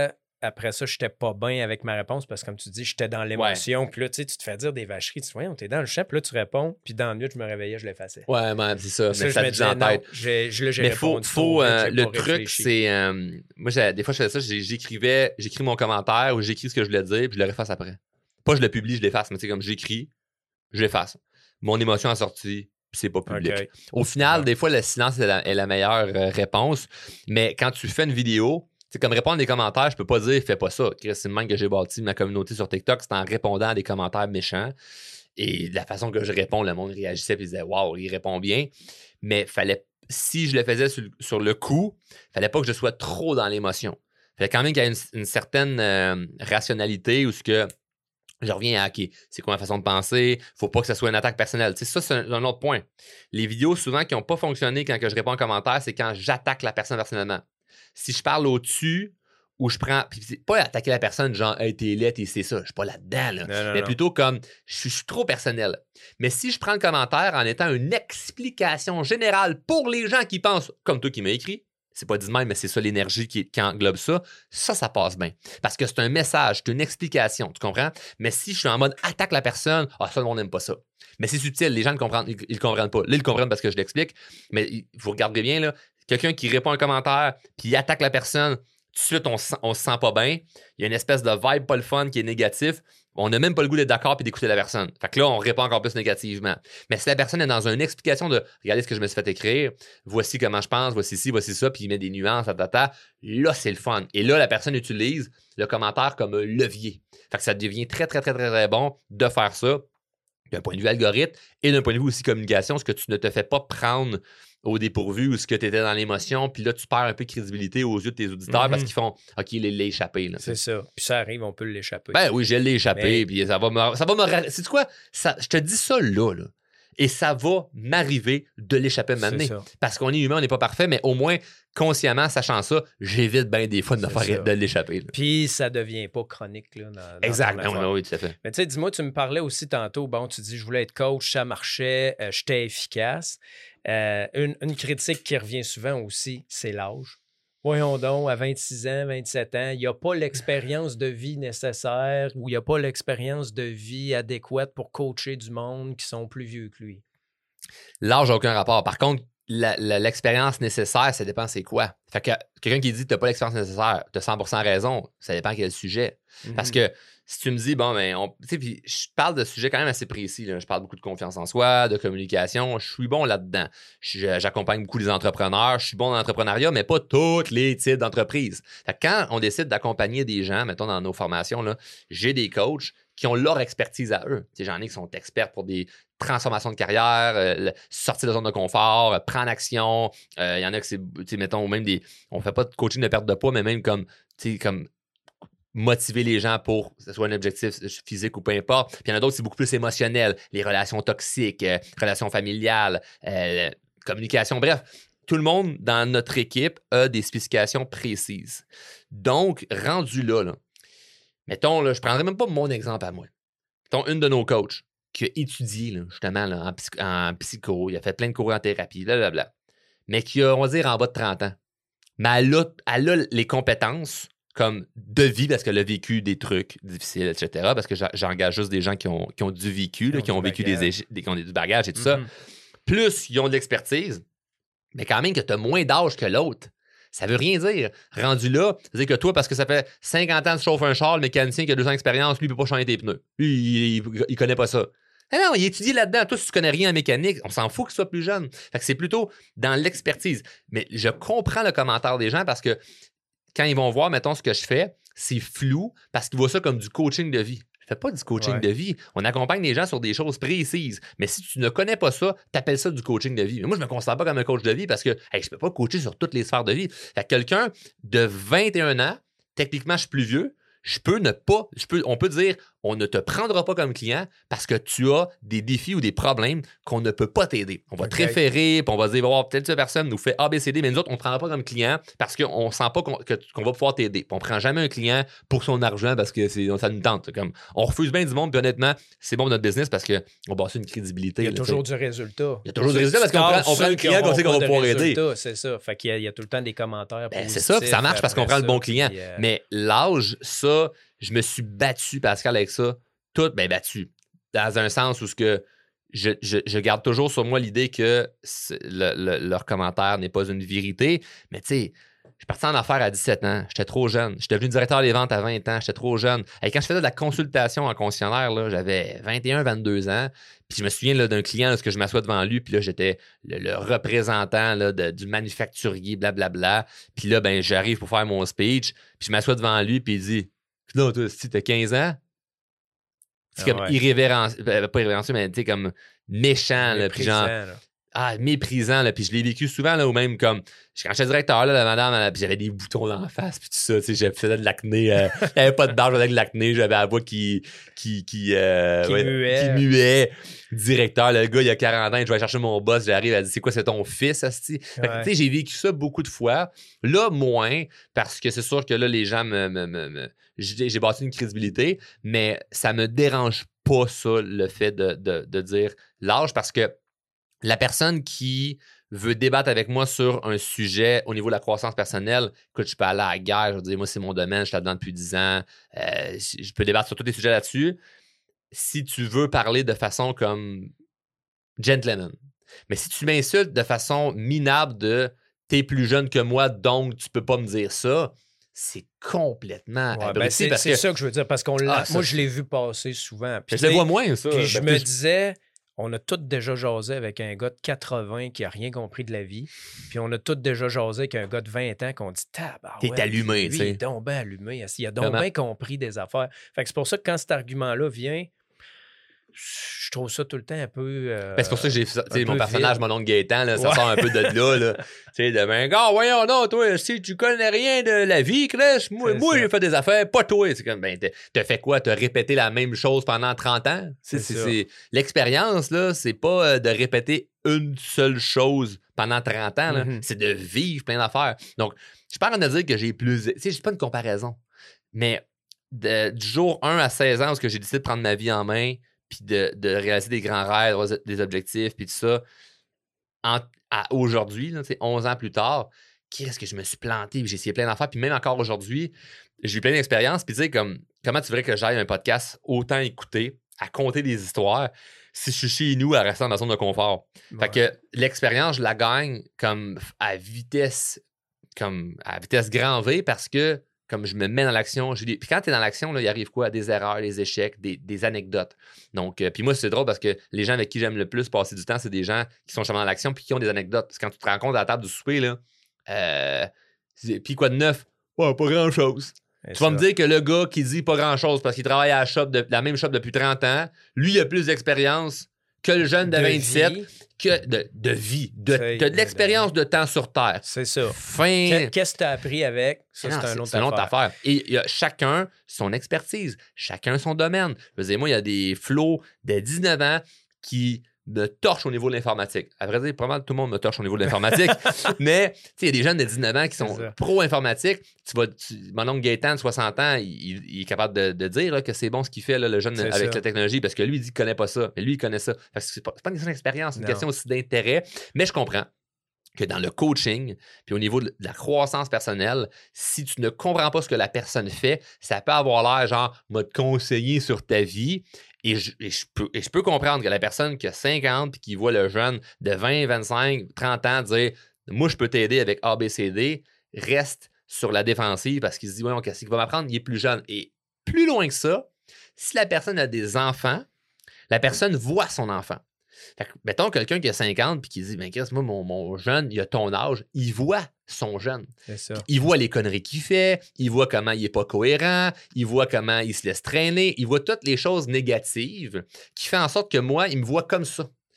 après ça, j'étais pas bien avec ma réponse parce que, comme tu dis, j'étais dans l'émotion. Ouais. Puis là, tu sais, tu te fais dire des vacheries. Tu te dis, ouais, t'es dans le champ. Puis là, tu réponds. Puis dans le minute, je me réveillais, je l'effaçais. Ouais, man, c'est ça. ça mais je ça me te dit en non, tête. j'ai, j'ai, j'ai mais faut, faut vite, euh, le truc, réfléchi. c'est. Euh, moi, j'ai, des fois, je faisais ça. J'écrivais, j'écris mon commentaire ou j'écris ce que je voulais dire, puis je le refasse après. Pas je le publie, je l'efface. Mais tu sais, comme j'écris, je l'efface. Mon émotion a sorti. C'est pas public. Okay. Au final, des fois, le silence est la, est la meilleure euh, réponse. Mais quand tu fais une vidéo, c'est comme répondre à des commentaires, je peux pas dire fais pas ça. C'est le même que j'ai bâti ma communauté sur TikTok, c'est en répondant à des commentaires méchants. Et de la façon que je réponds, le monde réagissait et disait waouh, il répond bien. Mais fallait, si je le faisais sur, sur le coup, fallait pas que je sois trop dans l'émotion. Fallait quand même qu'il y ait une, une certaine euh, rationalité où ce que. Je reviens à, OK, c'est quoi ma façon de penser? Faut pas que ce soit une attaque personnelle. Tu sais, ça, c'est un, un autre point. Les vidéos, souvent, qui n'ont pas fonctionné quand que je réponds en commentaire, c'est quand j'attaque la personne personnellement. Si je parle au-dessus ou je prends... Puis c'est pas attaquer la personne genre, hey, t'es laid, t'es c'est ça. Je suis pas là-dedans, là. Non, non, mais non. plutôt comme, je suis, je suis trop personnel. Mais si je prends le commentaire en étant une explication générale pour les gens qui pensent, comme toi qui m'as écrit, c'est pas dit de même, mais c'est ça l'énergie qui, qui englobe ça. Ça, ça passe bien. Parce que c'est un message, c'est une explication, tu comprends? Mais si je suis en mode attaque la personne, ah, ça, le monde n'aime pas ça. Mais c'est subtil, les gens ne comprennent, ils, ils comprennent pas. Là, ils le comprennent parce que je l'explique, mais vous regardez bien, là, quelqu'un qui répond à un commentaire, puis il attaque la personne, tout de suite, on, on se sent pas bien. Il y a une espèce de vibe pas le fun qui est négatif. On n'a même pas le goût d'être d'accord et d'écouter la personne. Fait que là, on répond encore plus négativement. Mais si la personne est dans une explication de « Regardez ce que je me suis fait écrire, voici comment je pense, voici ci, voici ça », puis il met des nuances, tata, là, c'est le fun. Et là, la personne utilise le commentaire comme un levier. Fait que ça devient très, très, très, très, très bon de faire ça d'un point de vue algorithme et d'un point de vue aussi communication, ce que tu ne te fais pas prendre au dépourvu ou ce que tu étais dans l'émotion, puis là, tu perds un peu de crédibilité aux yeux de tes auditeurs mm-hmm. parce qu'ils font « OK, il l'a échappé. » C'est ça. Puis ça arrive, on peut l'échapper. Ben oui, je l'ai échappé, mais... puis ça va me... Ça va me... C'est quoi? Ça, je te dis ça là, là. Et ça va m'arriver de l'échapper maintenant. Parce qu'on est humain, on n'est pas parfait, mais au moins, consciemment, sachant ça, j'évite bien des fois de me faire de l'échapper. Là. Puis ça devient pas chronique. Là, dans, exactement, oui, oui, tout à fait. Mais tu sais, dis-moi, tu me parlais aussi tantôt, bon, tu dis, je voulais être coach, ça marchait, euh, j'étais efficace. Euh, une, une critique qui revient souvent aussi, c'est l'âge. Voyons donc, à vingt-six ans, vingt-sept ans, il n'y a pas l'expérience de vie nécessaire ou il n'y a pas l'expérience de vie adéquate pour coacher du monde qui sont plus vieux que lui. L'âge n'a aucun rapport. Par contre, la, la, l'expérience nécessaire, ça dépend c'est quoi. Fait que quelqu'un qui dit que tu n'as pas l'expérience nécessaire, tu as cent pour cent raison, ça dépend quel sujet. Mm-hmm. Parce que si tu me dis, bon, ben, on, tu sais, puis je parle de sujets quand même assez précis. Là. Je parle beaucoup de confiance en soi, de communication. Je suis bon là-dedans. Je, j'accompagne beaucoup les entrepreneurs. Je suis bon dans l'entrepreneuriat, mais pas tous les types d'entreprises. Fait que quand on décide d'accompagner des gens, mettons dans nos formations, là, j'ai des coachs qui ont leur expertise à eux. Tu sais, j'en ai qui sont experts pour des transformations de carrière, euh, sortir de la zone de confort, euh, prendre action. Il euh, y en a que c'est, tu sais, mettons, même des. On fait pas de coaching de perte de poids, mais même comme, tu sais, comme motiver les gens pour que ce soit un objectif physique ou peu importe. Puis il y en a d'autres, c'est beaucoup plus émotionnel. Les relations toxiques, euh, relations familiales, euh, communication, bref. Tout le monde dans notre équipe a des spécifications précises. Donc, rendu là, là mettons, là, je ne prendrais même pas mon exemple à moi. Mettons, une de nos coachs qui a étudié, là, justement, là, en, psych- en psycho, il a fait plein de cours en thérapie, blablabla, mais qui a, on va dire, en bas de trente ans. Mais elle a, elle a les compétences comme de vie, parce qu'elle a vécu des trucs difficiles, et cetera. Parce que j'engage juste des gens qui ont, qui ont du vécu, là, qui ont vécu des, des, qui ont du bagage et tout mm-hmm. ça. Plus, ils ont de l'expertise, mais quand même que tu as moins d'âge que l'autre. Ça veut rien dire. Rendu là, ça veut dire que toi, parce que ça fait cinquante ans que tu chauffes un char, le mécanicien qui a deux ans d'expérience, lui, il ne peut pas changer tes pneus. Lui, il ne connaît pas ça. Ah non, il étudie là-dedans. Toi, si tu connais rien en mécanique, on s'en fout qu'il soit plus jeune. Fait que c'est plutôt dans l'expertise. Mais je comprends le commentaire des gens parce que quand ils vont voir, mettons, ce que je fais, c'est flou parce qu'ils voient ça comme du coaching de vie. Je ne fais pas du coaching ouais. de vie. On accompagne les gens sur des choses précises. Mais si tu ne connais pas ça, tu appelles ça du coaching de vie. Mais moi, je ne me considère pas comme un coach de vie parce que hey, je ne peux pas coacher sur toutes les sphères de vie. Fait que quelqu'un de vingt et un ans, techniquement, je suis plus vieux, je peux ne pas, je peux, on peut dire, on ne te prendra pas comme client parce que tu as des défis ou des problèmes qu'on ne peut pas t'aider. On va okay. te référer, puis on va dire, oh, peut-être que cette personne nous fait A, B, C, D, mais nous autres, on ne te prendra pas comme client parce qu'on ne sent pas qu'on, que, qu'on va pouvoir t'aider. Puis on ne prend jamais un client pour son argent parce que c'est, ça nous tente. Comme, on refuse bien du monde, puis honnêtement, c'est bon pour notre business parce qu'on bâtit une crédibilité. Il y a là, toujours t'sais. du résultat. Il y a toujours du résultat parce qu'on prend, on prend le client qu'on sait qu'on va pouvoir aider. C'est ça. Fait qu'il y a, il y a tout le temps des commentaires. Ben, c'est ça, puis ça marche parce qu'on prend ça, le bon client. Puis, euh... Mais l'âge, ça, je me suis battu, Pascal, avec ça. Tout, ben battu. Dans un sens où ce que je, je, je garde toujours sur moi l'idée que le, le, leur commentaire n'est pas une vérité. Mais tu sais, je suis parti en affaires à dix-sept ans. J'étais trop jeune. Je suis devenu directeur des ventes à vingt ans. J'étais trop jeune. Et quand je faisais de la consultation en concessionnaire, là, j'avais vingt et un, vingt-deux ans. Puis je me souviens là, d'un client, là, que je m'assois devant lui. Puis là, j'étais le, le représentant là, de, du manufacturier, blablabla. Puis là, ben, j'arrive pour faire mon speech. Puis je m'assois devant lui. Puis il dit, non, toi, si t'as quinze ans, c'est ah comme ouais. irrévérencieux, pas irrévérencieux, mais tu sais, comme méchant, là, puis genre, là. Ah, méprisant, là, puis je l'ai vécu souvent, là, ou même comme, quand j'étais directeur, là, la madame, là, puis j'avais des boutons dans la face, puis tout ça, tu sais, je faisais de l'acné, euh, j'avais pas de barbe, j'avais de l'acné, j'avais la voix qui, qui, qui, euh, qui, ouais, muait. qui muait, directeur, le gars, il a quarante ans, je vais aller chercher mon boss, j'arrive, elle dit, c'est quoi, c'est ton fils, asti? Fait que, tu sais, j'ai vécu ça beaucoup de fois, là, moins, parce que c'est sûr que là, les gens me, me, me, me j'ai, j'ai bâti une crédibilité, mais ça me dérange pas, ça, le fait de, de, de dire l'âge, parce que la personne qui veut débattre avec moi sur un sujet au niveau de la croissance personnelle, écoute, je peux aller à la guerre, je veux dire, moi, c'est mon domaine, je suis là-dedans depuis dix ans, euh, je peux débattre sur tous les sujets là-dessus. Si tu veux parler de façon comme gentleman, mais si tu m'insultes de façon minable de « t'es plus jeune que moi, donc tu peux pas me dire ça », c'est complètement ouais, ben c'est, parce c'est que... ça que je veux dire, parce qu'on l'a, ah, moi, je l'ai vu passer souvent. Puis je le vois moins, ça. Puis je ben, me plus... disais... On a tous déjà jasé avec un gars de quatre-vingts qui n'a rien compris de la vie. Puis on a tous déjà jasé avec un gars de vingt ans qu'on dit « Tabarouette, t'es allumé, tu sais. Il est donc bien allumé. Il a donc bien compris des affaires. » Fait que c'est pour ça que quand cet argument-là vient, je trouve ça tout le temps un peu... Euh, ben, c'est pour ça que j'ai fait mon personnage, vide. mon oncle Gaétan, là, ça ouais. sort un peu de là. là. Tu sais, de ben, gars, voyons non, toi, si tu connais rien de la vie, Chris, moi, moi j'ai fait des affaires, pas toi. C'est comme, ben, t'as fait quoi? T'as répété la même chose pendant trente ans? C'est, c'est, c'est... L'expérience, là, c'est pas de répéter une seule chose pendant trente ans, là. Mm-hmm. C'est de vivre plein d'affaires. Donc, je suis pas en train de dire que j'ai plus... Tu sais, j'ai pas une comparaison. Mais de, du jour un à seize ans, où j'ai décidé de prendre ma vie en main, puis de, de réaliser des grands rêves, des objectifs, puis tout ça, en, à aujourd'hui, là, onze ans plus tard, qu'est-ce que je me suis planté, puis j'ai essayé plein d'affaires, puis même encore aujourd'hui, j'ai eu plein d'expériences, puis tu sais, comme, comment tu voudrais que j'aille un podcast autant écouter, à compter des histoires, si je suis chez nous à rester dans ma zone de confort. Ouais. Fait que l'expérience, je la gagne comme à vitesse, comme à vitesse grand V, parce que comme je me mets dans l'action. J'ai des... Puis quand tu es dans l'action, là, il arrive quoi? Des erreurs, des échecs, des, des anecdotes. Donc, euh, puis moi, c'est drôle parce que les gens avec qui j'aime le plus passer du temps, c'est des gens qui sont jamais dans l'action puis qui ont des anecdotes. Parce que quand tu te rencontres à la table du souper, là, euh, puis quoi de neuf? Ouais, pas grand-chose. Et tu ça. Vas me dire que le gars qui dit pas grand-chose parce qu'il travaille à la, shop de, la même shop depuis trente ans, lui, il a plus d'expérience que le jeune de, de vingt-sept, vie. que de, de vie. Tu as de, de l'expérience de, de temps sur Terre. C'est ça. Fin... Qu'est-ce que tu as appris avec? Ça, non, c'est, c'est, un autre c'est une autre affaire. Et il y a chacun son expertise, chacun son domaine. Je veux dire, moi, il y a des flots de dix-neuf ans qui me torchent au niveau de l'informatique. À vrai dire, probablement tout le monde me torche au niveau de l'informatique. Mais il y a des jeunes de dix-neuf ans qui sont pro-informatique. Tu vas, tu, mon oncle Gaétan, de soixante ans, il, il est capable de, de dire là, que c'est bon ce qu'il fait, là, le jeune c'est avec ça. La technologie, parce que lui, il dit qu'il ne connaît pas ça. Mais lui, il connaît ça. Parce que c'est pas, c'est pas une question d'expérience, c'est une non. question aussi d'intérêt. Mais je comprends que dans le coaching, puis au niveau de la croissance personnelle, si tu ne comprends pas ce que la personne fait, ça peut avoir l'air genre « m'a te conseiller sur ta vie ». Et je, et, je peux, et je peux comprendre que la personne qui a cinquante puis qui voit le jeune de vingt, vingt-cinq, trente ans dire « moi, je peux t'aider avec A, B, C, D », reste sur la défensive parce qu'il se dit « ouais, qu'est-ce qu'il va m'apprendre? Il est plus jeune. » Et plus loin que ça, si la personne a des enfants, la personne voit son enfant. Fait que, mettons quelqu'un qui a cinquante puis qui dit ben Chris, moi, mon, mon jeune, il a ton âge, il voit son jeune. C'est ça. Il voit les conneries qu'il fait, il voit comment il n'est pas cohérent, il voit comment il se laisse traîner, il voit toutes les choses négatives qui font en sorte que moi, il me voit comme ça.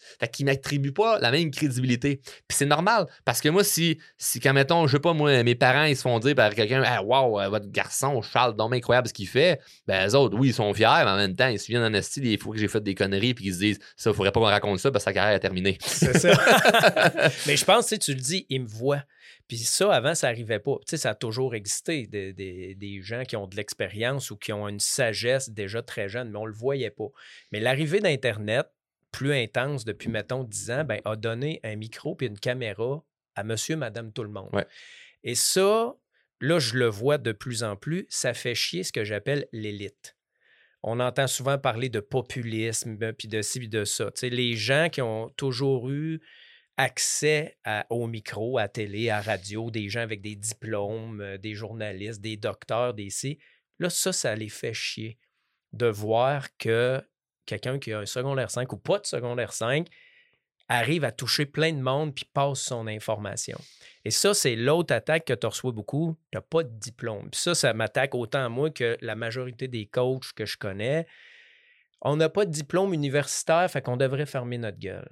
Fait qu'ils ne m'attribuent pas la même crédibilité. Puis c'est normal, parce que moi, si, si quand, mettons, je sais pas, moi, mes parents, ils se font dire par quelqu'un, ah, wow, votre garçon, Charles, donc incroyable ce qu'il fait, ben, eux autres, oui, ils sont fiers, mais en même temps, ils se souviennent en style, il faut que j'ai fait des conneries, puis ils se disent, ça, il faudrait pas qu'on raconte ça, parce que sa carrière est terminée. C'est ça. Mais je pense, tu sais, tu le dis, ils me voient. Puis ça, avant, ça n'arrivait pas. Tu sais, ça a toujours existé, des, des, des gens qui ont de l'expérience ou qui ont une sagesse déjà très jeune, mais on ne le voyait pas. Mais l'arrivée d'Internet, plus intense depuis, mettons, dix ans, ben, a donné un micro puis une caméra à monsieur, madame, tout le monde. Ouais. Et ça, là, je le vois de plus en plus, ça fait chier ce que j'appelle l'élite. On entend souvent parler de populisme, puis de ci, puis de ça. Tu sais, les gens qui ont toujours eu accès à, au micro, à télé, à radio, des gens avec des diplômes, euh, des journalistes, des docteurs, des ci. Là, ça, ça les fait chier de voir que quelqu'un qui a un secondaire cinq ou pas de secondaire cinq arrive à toucher plein de monde puis passe son information. Et ça, c'est l'autre attaque que tu reçois beaucoup. Tu n'as pas de diplôme. Puis ça, ça m'attaque autant à moi que la majorité des coachs que je connais. On n'a pas de diplôme universitaire, fait qu'on devrait fermer notre gueule.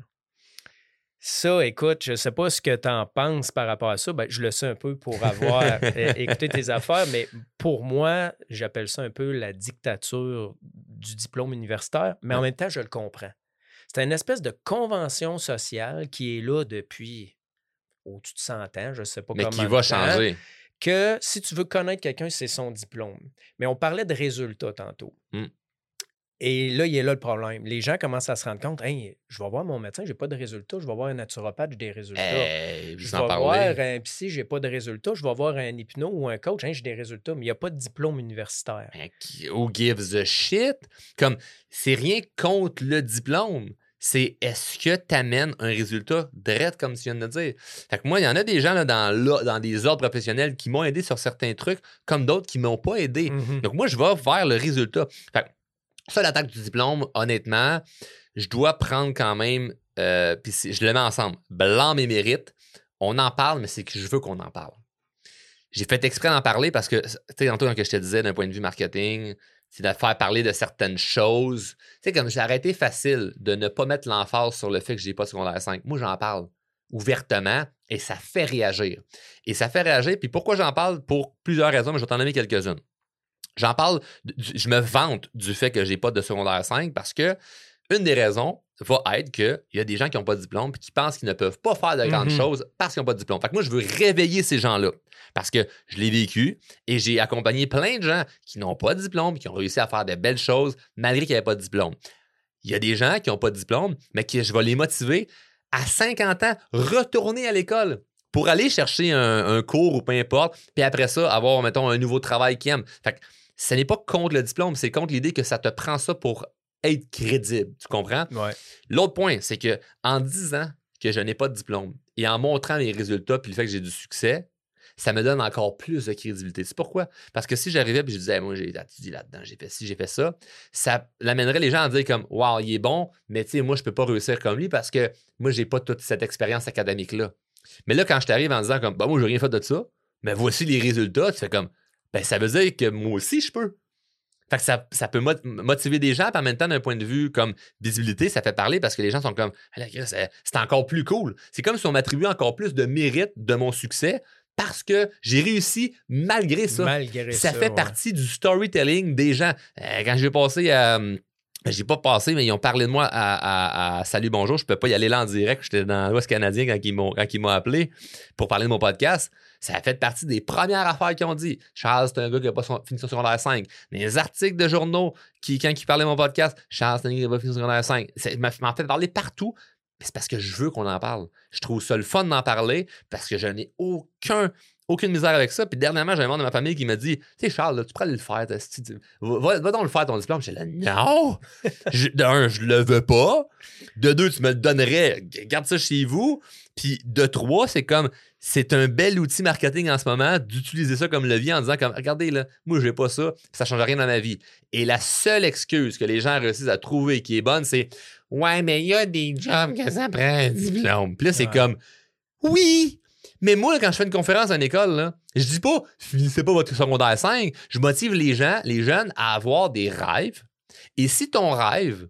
Ça, écoute, je ne sais pas ce que tu en penses par rapport à ça. Ben, je le sais un peu pour avoir écouté tes affaires, mais pour moi, j'appelle ça un peu la dictature du diplôme universitaire, mais en même temps, je le comprends. C'est une espèce de convention sociale qui est là depuis au-dessus de cent ans, je ne sais pas mais comment. Mais qui va changer. Que si tu veux connaître quelqu'un, c'est son diplôme. Mais on parlait de résultats tantôt. Mm. Et là, il est là le problème. Les gens commencent à se rendre compte, hey, je vais voir mon médecin, je n'ai pas de résultats. Je vais voir un naturopathe, j'ai des résultats. Hey, je vais voir un psy, je n'ai pas de résultats. Je vais voir un hypno ou un coach, hey, j'ai des résultats, mais il n'y a pas de diplôme universitaire. Who gives a shit? Comme, c'est rien contre le diplôme. C'est est-ce que tu amènes un résultat direct, comme tu viens de le dire? Fait que moi, il y en a des gens là, dans, là, dans des ordres professionnels qui m'ont aidé sur certains trucs, comme d'autres qui ne m'ont pas aidé. Mm-hmm. Donc, moi, je vais vers le résultat. Fait que, ça, l'attaque du diplôme, honnêtement, je dois prendre quand même, euh, puis je le mets ensemble, blâme et mérite. On en parle, mais c'est que je veux qu'on en parle. J'ai fait exprès d'en parler parce que, tu sais, tantôt, quand je te disais d'un point de vue marketing, c'est de faire parler de certaines choses. Tu sais, comme j'ai arrêté facile de ne pas mettre l'emphase sur le fait que je n'ai pas de secondaire cinq. Moi, j'en parle ouvertement et ça fait réagir. Et ça fait réagir, puis pourquoi j'en parle? Pour plusieurs raisons, mais je vais t'en nommer quelques-unes. J'en parle, je me vante du fait que je n'ai pas de secondaire cinq parce que une des raisons va être qu'il y a des gens qui n'ont pas de diplôme et qui pensent qu'ils ne peuvent pas faire de grandes mm-hmm. choses parce qu'ils n'ont pas de diplôme. Fait que moi, je veux réveiller ces gens-là parce que je l'ai vécu et j'ai accompagné plein de gens qui n'ont pas de diplôme, qui ont réussi à faire de belles choses malgré qu'ils n'avaient pas de diplôme. Il y a des gens qui n'ont pas de diplôme, mais que je vais les motiver à cinquante ans, retourner à l'école pour aller chercher un, un cours ou peu importe, puis après ça, avoir, mettons, un nouveau travail qu'ils aiment. Fait que ce n'est pas contre le diplôme, c'est contre l'idée que ça te prend ça pour être crédible. Tu comprends? Ouais. L'autre point, c'est qu'en disant que je n'ai pas de diplôme et en montrant mes résultats puis le fait que j'ai du succès, ça me donne encore plus de crédibilité. C'est pourquoi? Parce que si j'arrivais et je disais, hey, moi, j'ai étudié là-dedans, j'ai fait ci, j'ai fait ça, ça l'amènerait les gens à dire comme, wow, il est bon, mais tu sais, moi, je peux pas réussir comme lui parce que moi, j'ai pas toute cette expérience académique-là. Mais là, quand je t'arrive en disant comme, bah, moi, j'ai rien fait de ça, mais voici les résultats, tu fais comme, ben, ça veut dire que moi aussi, je peux. Fait que ça, ça peut motiver des gens, puis en même temps, d'un point de vue comme visibilité, ça fait parler parce que les gens sont comme, c'est encore plus cool. C'est comme si on m'attribuait encore plus de mérite de mon succès parce que j'ai réussi malgré ça. Malgré ça. Ça fait ouais. partie du storytelling des gens. Euh, quand j'ai passé à. Euh, j'ai pas passé, mais ils ont parlé de moi à, à, à Salut Bonjour. Je peux pas y aller là en direct. J'étais dans l'Ouest canadien quand ils m'ont, quand ils m'ont appelé pour parler de mon podcast. Ça a fait partie des premières affaires qu'ils ont dit. Charles, c'est un gars qui n'a pas son, fini son secondaire cinq. Les articles de journaux, qui, quand ils parlaient de mon podcast, Charles, c'est un gars qui n'a pas fini son secondaire cinq. Ça m'a fait parler partout. Mais c'est parce que je veux qu'on en parle. Je trouve ça le fun d'en parler parce que je n'ai aucun, aucune misère avec ça. Puis dernièrement, j'ai un membre de ma famille qui m'a dit, tu sais, Charles, là, tu pourrais aller le faire. Va, va donc le faire ton diplôme. J'étais là, non! je, de un, je le veux pas. De deux, tu me le donnerais. Garde ça chez vous. Puis de trois, c'est comme, c'est un bel outil marketing en ce moment d'utiliser ça comme levier en disant comme, regardez là, moi j'ai pas ça, ça change rien dans ma vie. Et la seule excuse que les gens réussissent à trouver qui est bonne, c'est ouais, mais il y a des jobs que ça prend un diplôme. Puis là, c'est ouais. comme oui, mais moi, là, quand je fais une conférence à une école, là, je dis pas finissez pas votre secondaire cinq, je motive les gens, les jeunes à avoir des rêves. Et si ton rêve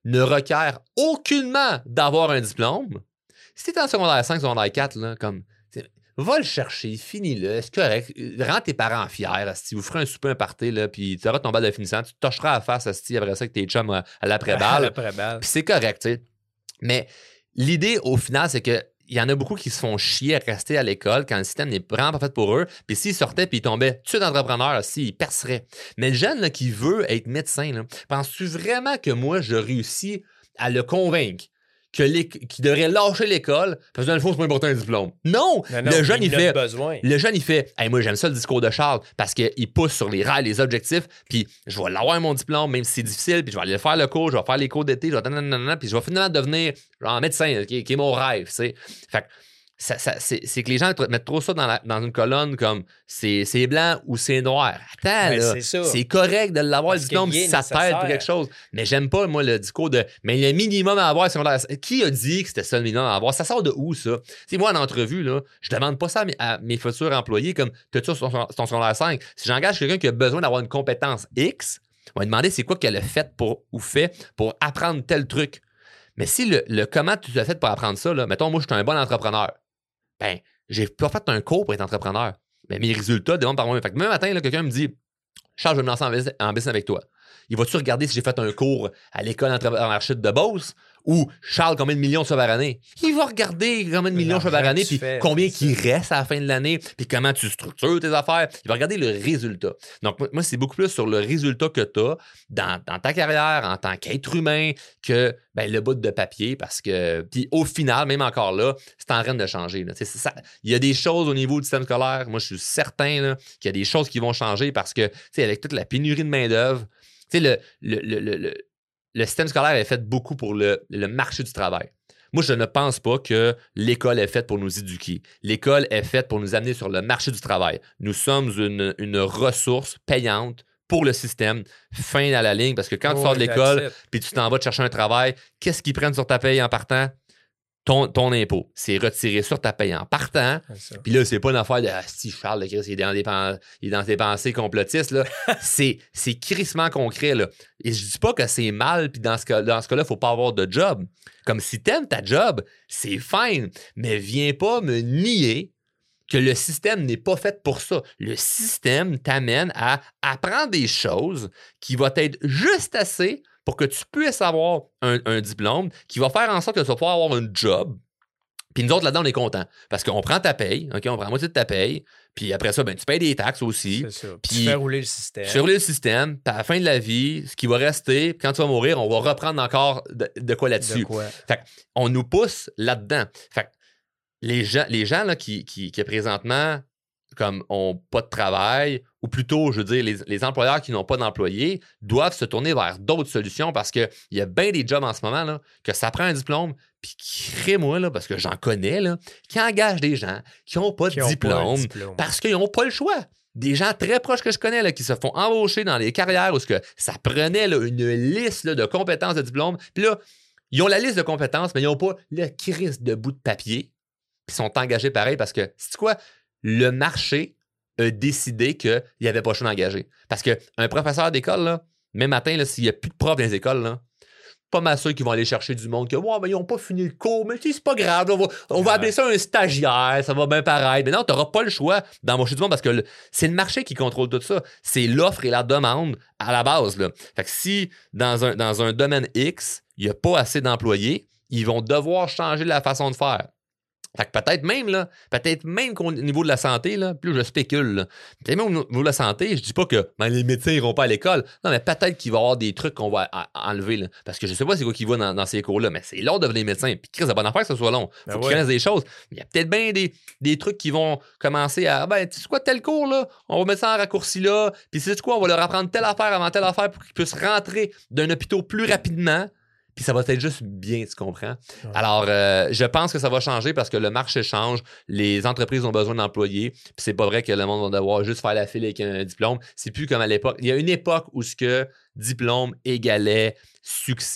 ne requiert aucunement d'avoir un diplôme. Si tu es en secondaire cinq, secondaire quatre, là, comme, va le chercher, finis-le, c'est correct. Rends tes parents fiers. Si vous ferez un souper, un party, là, puis tu auras ton balle de finissant, tu te torcheras à la face asti, après ça avec tes chums à, à l'après-balle. l'après-balle. Puis c'est correct, tu sais. Mais l'idée, au final, c'est que il y en a beaucoup qui se font chier à rester à l'école quand le système n'est vraiment pas fait pour eux. Puis s'ils sortaient puis ils tombaient tout d'entrepreneur, s'ils perceraient. Mais le jeune là, qui veut être médecin, là, penses-tu vraiment que moi, je réussis à le convaincre que qu'il devrait lâcher l'école parce que dans le fond, c'est pas important un diplôme? Non! non, non le jeune, il, il fait. Besoin. Le jeune, il fait hey, moi, j'aime ça le discours de Charles parce qu'il pousse sur les rails, les objectifs, puis je vais l'avoir mon diplôme, même si c'est difficile, puis je vais aller faire le cours, je vais faire les cours d'été, je vais nanana, puis je vais finalement devenir genre médecin, qui, qui est mon rêve, tu sais. Fait que Ça, ça, c'est, c'est que les gens mettent trop ça dans, la, dans une colonne comme c'est, c'est blanc ou c'est noir. Attends, ben, là, c'est, c'est correct de l'avoir parce le diplôme si ça nécessaire. t'aide pour quelque chose. Mais j'aime pas, moi, le discours de mais le minimum à avoir, c'est qui a dit que c'était ça le minimum à avoir? Ça sort de où, ça? T'sais, moi, en entrevue, là, je demande pas ça à mes, à mes futurs employés comme t'as-tu sur ton, ton secondaire cinq. Si j'engage quelqu'un qui a besoin d'avoir une compétence X, on va lui demander c'est quoi qu'elle a fait pour, ou fait pour apprendre tel truc. Mais si le, le comment tu as fait pour apprendre ça, là, mettons, moi, je suis un bon entrepreneur. Ben, j'ai pas fait un cours pour être entrepreneur. Mais mes résultats demandent par moi-même. Fait que même matin, là, quelqu'un me dit Charles, je vais me lancer en business, en business avec toi. Il va-tu regarder si j'ai fait un cours à l'école d'entrepreneurship de Beauce ou Charles, combien de millions tu fais par année? Il va regarder combien de millions tu fais par année, puis combien qui reste à la fin de l'année, puis comment tu structures tes affaires. Il va regarder le résultat. Donc, moi, c'est beaucoup plus sur le résultat que tu as dans, dans ta carrière en tant qu'être humain que ben, le bout de papier, parce que, puis au final, même encore là, c'est en train de changer. Là. Ça, il y a des choses au niveau du système scolaire, moi, je suis certain là, qu'il y a des choses qui vont changer parce que, avec toute la pénurie de main-d'œuvre, tu sais, le, le, le, le, le, le système scolaire est fait beaucoup pour le, le marché du travail. Moi, je ne pense pas que l'école est faite pour nous éduquer. L'école est faite pour nous amener sur le marché du travail. Nous sommes une, une ressource payante pour le système, fin à la ligne, parce que quand oh, tu sors de l'école puis tu t'en vas te chercher un travail, qu'est-ce qu'ils prennent sur ta paye en partant? Ton, ton impôt, c'est retiré sur ta paye en partant. Puis là, c'est pas une affaire de ah, si Charles de Chris, il est dans des, pen, il est dans des pensées complotistes. Là. c'est, c'est crissement concret. Là. Et je dis pas que c'est mal, puis dans ce, cas, dans ce cas-là, il faut pas avoir de job. Comme si t'aimes ta job, c'est fine, mais viens pas me nier que le système n'est pas fait pour ça. Le système t'amène à apprendre des choses qui vont être juste assez pour que tu puisses avoir un, un diplôme qui va faire en sorte que tu vas pouvoir avoir un job. Puis nous autres, là-dedans, on est contents. Parce qu'on prend ta paye, OK, on prend la moitié de ta paye, puis après ça, ben, tu payes des taxes aussi. C'est ça. Puis tu fais rouler le système. Tu fais rouler le système, puis à la fin de la vie, ce qui va rester, puis quand tu vas mourir, on va reprendre encore de, de quoi là-dessus. De quoi? Fait on nous pousse là-dedans. Fait les gens, les gens là, qui, qui, qui présentement comme ont pas de travail, ou plutôt, je veux dire, les, les employeurs qui n'ont pas d'employés doivent se tourner vers d'autres solutions parce qu'il y a bien des jobs en ce moment là, que ça prend un diplôme, puis crée-moi, là, parce que j'en connais, là, qui engagent des gens qui n'ont pas, de diplôme, diplôme parce qu'ils n'ont pas le choix. Des gens très proches que je connais là, qui se font embaucher dans les carrières où que ça prenait là, une liste là, de compétences de diplôme, puis là, ils ont la liste de compétences, mais ils n'ont pas le crise de bout de papier, puis ils sont engagés pareil parce que, c'est quoi? Le marché a décidé qu'il n'y avait pas le choix d'engager. Parce qu'un professeur d'école, là, même matin, là, s'il n'y a plus de profs dans les écoles, là, pas mal sûr qu'ils vont aller chercher du monde que oh, ben, ils n'ont pas fini le cours, mais c'est pas grave, on va, on va appeler ça un stagiaire, ça va bien paraître. Mais non, tu n'auras pas le choix d'embaucher du monde parce que le, c'est le marché qui contrôle tout ça. C'est l'offre et la demande à la base. Là. Fait que si dans un, dans un domaine X, il n'y a pas assez d'employés, ils vont devoir changer la façon de faire. Fait que peut-être même, là, peut-être même qu'au niveau de la santé, là, plus je spécule, là, peut-être même au niveau de la santé, je dis pas que ben, les médecins iront pas à l'école. Non, mais peut-être qu'il va y avoir des trucs qu'on va a- enlever. Là, parce que je sais pas c'est quoi qui va dans, dans ces cours-là, mais c'est long de devenir médecin. Puis Chris, c'est bonne affaire que ce soit long. Faut ben qu'ils ouais. connaissent des choses. Il y a peut-être bien des, des trucs qui vont commencer à ben, tu sais quoi, tel cours, là, on va mettre ça en raccourci là. Puis c'est quoi, on va leur apprendre telle affaire avant telle affaire pour qu'ils puissent rentrer d'un hôpital plus rapidement. Puis ça va être juste bien, tu comprends? Ouais. Alors, euh, je pense que ça va changer parce que le marché change, les entreprises ont besoin d'employés, puis c'est pas vrai que le monde va devoir juste faire la file avec un diplôme. C'est plus comme à l'époque. Il y a une époque où ce que diplôme égalait succès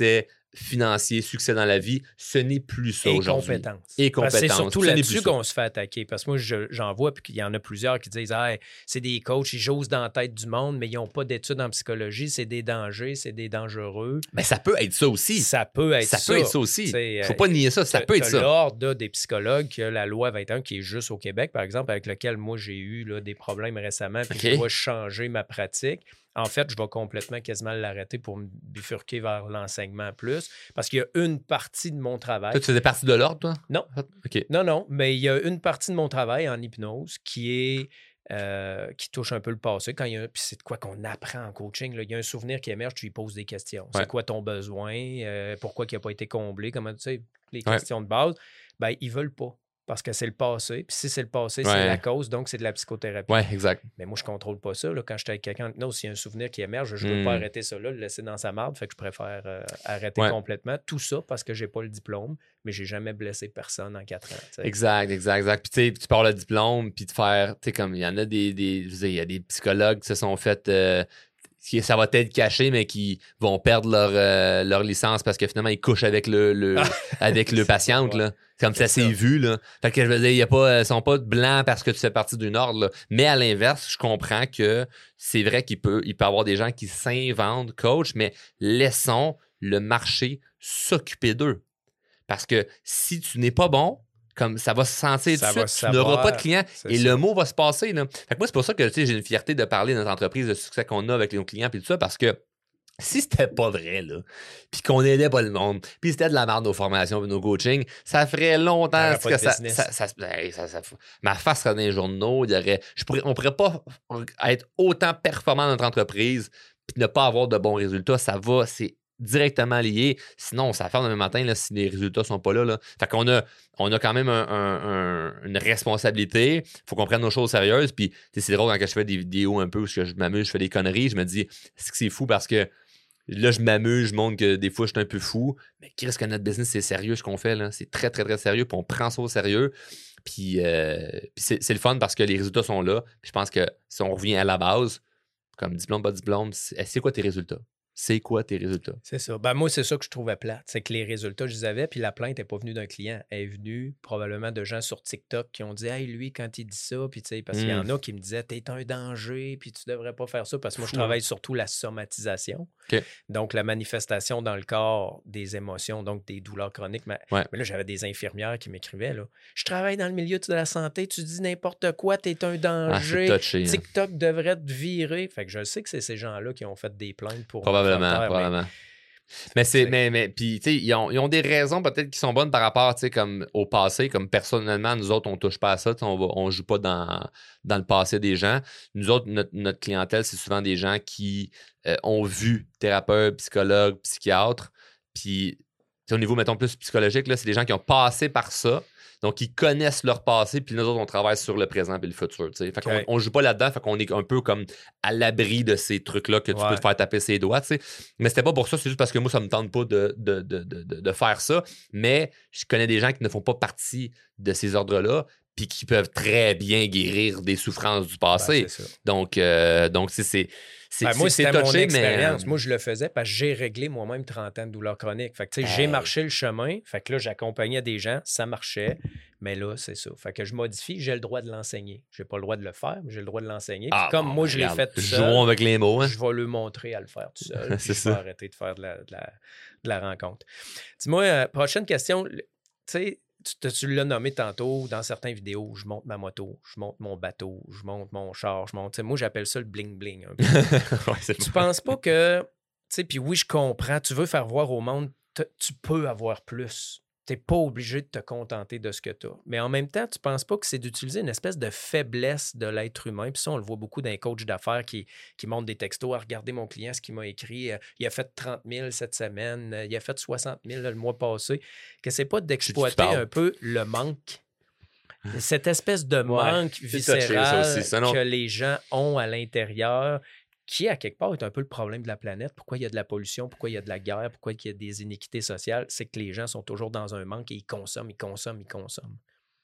financier, succès dans la vie, ce n'est plus ça Et aujourd'hui. compétences. Et compétences. C'est surtout Ce n'est là-dessus plus ça. qu'on se fait attaquer. Parce que moi, je- j'en vois, puis qu'il y en a plusieurs qui disent hey, c'est des coachs, ils jouent dans la tête du monde, mais ils n'ont pas d'études en psychologie, c'est des dangers, c'est des dangereux. Mais ça peut être ça aussi. Ça peut être ça. ça. peut être ça aussi. Il Faut pas nier ça, ça peut être ça. L'ordre des psychologues, qui a la loi vingt et un qui est juste au Québec, par exemple, avec lequel moi j'ai eu là, des problèmes récemment, puis Okay. je dois changer ma pratique. En fait, je vais complètement quasiment l'arrêter pour me bifurquer vers l'enseignement plus, parce qu'il y a une partie de mon travail. Toi, tu faisais partie de l'ordre, toi? Non. OK. Non, non, mais il y a une partie de mon travail en hypnose qui est euh, qui touche un peu le passé. Quand il y a, puis c'est de quoi qu'on apprend en coaching. Là. Il y a un souvenir qui émerge, tu lui poses des questions. Ouais. C'est quoi ton besoin? Euh, pourquoi il n'a pas été comblé? Comment tu sais, les Ouais. questions de base. Ben, ils veulent pas. Parce que c'est le passé. Puis si c'est le passé, Ouais. c'est la cause, donc c'est de la psychothérapie. Oui, exact. Mais moi, je ne contrôle pas ça. Là. Quand je suis avec quelqu'un, non, s'il y a un souvenir qui émerge, je ne veux mm. pas arrêter ça là, le laisser dans sa marde. Fait que je préfère euh, arrêter ouais. complètement. Tout ça parce que je n'ai pas le diplôme, mais je n'ai jamais blessé personne en quatre ans. T'sais. Exact, exact, exact. Puis tu sais, tu parles le diplôme, puis de faire, tu sais, comme il y en a des, des je veux dire, il y a des psychologues qui se sont fait. Euh, ça va être caché, mais qui vont perdre leur, euh, leur licence parce que finalement, ils couchent avec le, le, avec le patient. Là. C'est comme ça s'est vu. Là. Fait que je veux dire, y a pas, ils sont pas blancs parce que tu fais partie d'une ordre. Là. Mais à l'inverse, je comprends que c'est vrai qu'il peut, il peut y avoir des gens qui s'inventent coach, mais laissons le marché s'occuper d'eux. Parce que si tu n'es pas bon, comme ça va se sentir ça tout de suite, tu n'auras pas de clients et ça. Le mot va se passer. Là. Fait que moi, c'est pour ça que j'ai une fierté de parler de notre entreprise, de succès qu'on a avec nos clients et tout ça, parce que si c'était pas vrai, là, puis qu'on aidait pas le monde, puis c'était de la merde nos formations et nos coachings, ça ferait longtemps que ça, ça, ça, ça, ça, ma face serait dans les journaux, il y aurait, je pourrais, on pourrait pas être autant performant dans notre entreprise puis ne pas avoir de bons résultats. Ça va, c'est directement lié. Sinon, ça va faire demain matin là, si les résultats sont pas là. là. Fait qu'on a, on a quand même un, un, un, une responsabilité. Il faut qu'on prenne nos choses sérieuses. Puis c'est drôle quand je fais des vidéos un peu où je m'amuse, je fais des conneries, je me dis c'est que c'est fou parce que là, je m'amuse, je montre que des fois, je suis un peu fou. Mais qu'est-ce que notre business, c'est sérieux ce qu'on fait. Là. C'est très, très, très sérieux. Puis on prend ça au sérieux. Puis, euh, puis c'est, c'est le fun parce que les résultats sont là. Puis je pense que si on revient à la base, comme diplôme, pas diplôme, c'est, c'est quoi tes résultats? C'est quoi tes résultats? C'est ça. Ben, moi, c'est ça que je trouvais plate. C'est que les résultats, je les avais, puis la plainte n'est pas venue d'un client. Elle est venue probablement de gens sur TikTok qui ont dit « Hey, lui, quand il dit ça, puis tu sais, parce mm. qu'il y en a qui me disaient « T'es un danger, puis tu devrais pas faire ça. » Parce que moi, je travaille surtout la somatisation. Okay. Donc, la manifestation dans le corps des émotions, donc des douleurs chroniques. Mais, ouais. mais là, j'avais des infirmières qui m'écrivaient là, « Je travaille dans le milieu de la santé, tu dis n'importe quoi, t'es un danger. Ah, touché, TikTok hein. devrait te virer. » Fait que je sais que c'est ces gens-là qui ont fait des plaintes pour... Probablement, probablement. Mais, mais c'est, mais, mais puis, tu sais, ils ont, ils ont des raisons peut-être qui sont bonnes par rapport, tu sais, comme au passé, comme personnellement, nous autres, on touche pas à ça, on va, on joue pas dans, dans le passé des gens. Nous autres, notre, notre clientèle, c'est souvent des gens qui euh, ont vu thérapeutes, psychologues, psychiatres, puis au niveau, mettons, plus psychologique, là, c'est des gens qui ont passé par ça. Donc, ils connaissent leur passé, puis nous autres, on travaille sur le présent et le futur. T'sais. Fait okay. qu'on on joue pas là-dedans, fait qu'on est un peu comme à l'abri de ces trucs-là que tu ouais. peux te faire taper ses doigts. T'sais. Mais c'était pas pour ça, c'est juste parce que moi, ça me tente pas de, de, de, de, de faire ça. Mais je connais des gens qui ne font pas partie de ces ordres-là, puis qui peuvent très bien guérir des souffrances du passé. Ben, donc, euh, donc, c'est... c'est ben moi, c'est c'était touché, mon expérience. Mais... Moi, je le faisais parce que j'ai réglé moi-même trente ans de douleurs chroniques. Fait que, hey. J'ai marché le chemin. Fait que là, j'accompagnais des gens. Ça marchait. Mais là, c'est ça. Fait que je modifie. J'ai le droit de l'enseigner. J'ai pas le droit de le faire, mais j'ai le droit de l'enseigner. Ah, comme bon, moi, je l'ai fait tout seul. Jouons avec les mots. Hein? Je vais lui montrer à le faire tout seul. c'est je vais arrêter de faire de la, de la, de la rencontre. Dis-moi, euh, prochaine question. Tu sais, Tu, tu l'as nommé tantôt dans certaines vidéos, je monte ma moto, je monte mon bateau, je monte mon char, je monte. Moi, j'appelle ça le bling-bling. ouais, tu penses pas que. Puis oui, je comprends. Tu veux faire voir au monde, tu peux avoir plus. Tu n'es pas obligé de te contenter de ce que tu as. Mais en même temps, tu ne penses pas que c'est d'utiliser une espèce de faiblesse de l'être humain. Puis ça, on le voit beaucoup d'un coach d'affaires qui, qui montre des textos. « Regardez mon client, ce qu'il m'a écrit. Euh, il a fait trente mille cette semaine. Euh, il a fait soixante mille le mois passé. » Que c'est pas d'exploiter un peu le manque. Cette espèce de manque ouais, viscéral aussi, ça, que les gens ont à l'intérieur, qui, à quelque part, est un peu le problème de la planète. Pourquoi il y a de la pollution, pourquoi il y a de la guerre, pourquoi il y a des iniquités sociales, c'est que les gens sont toujours dans un manque et ils consomment, ils consomment, ils consomment.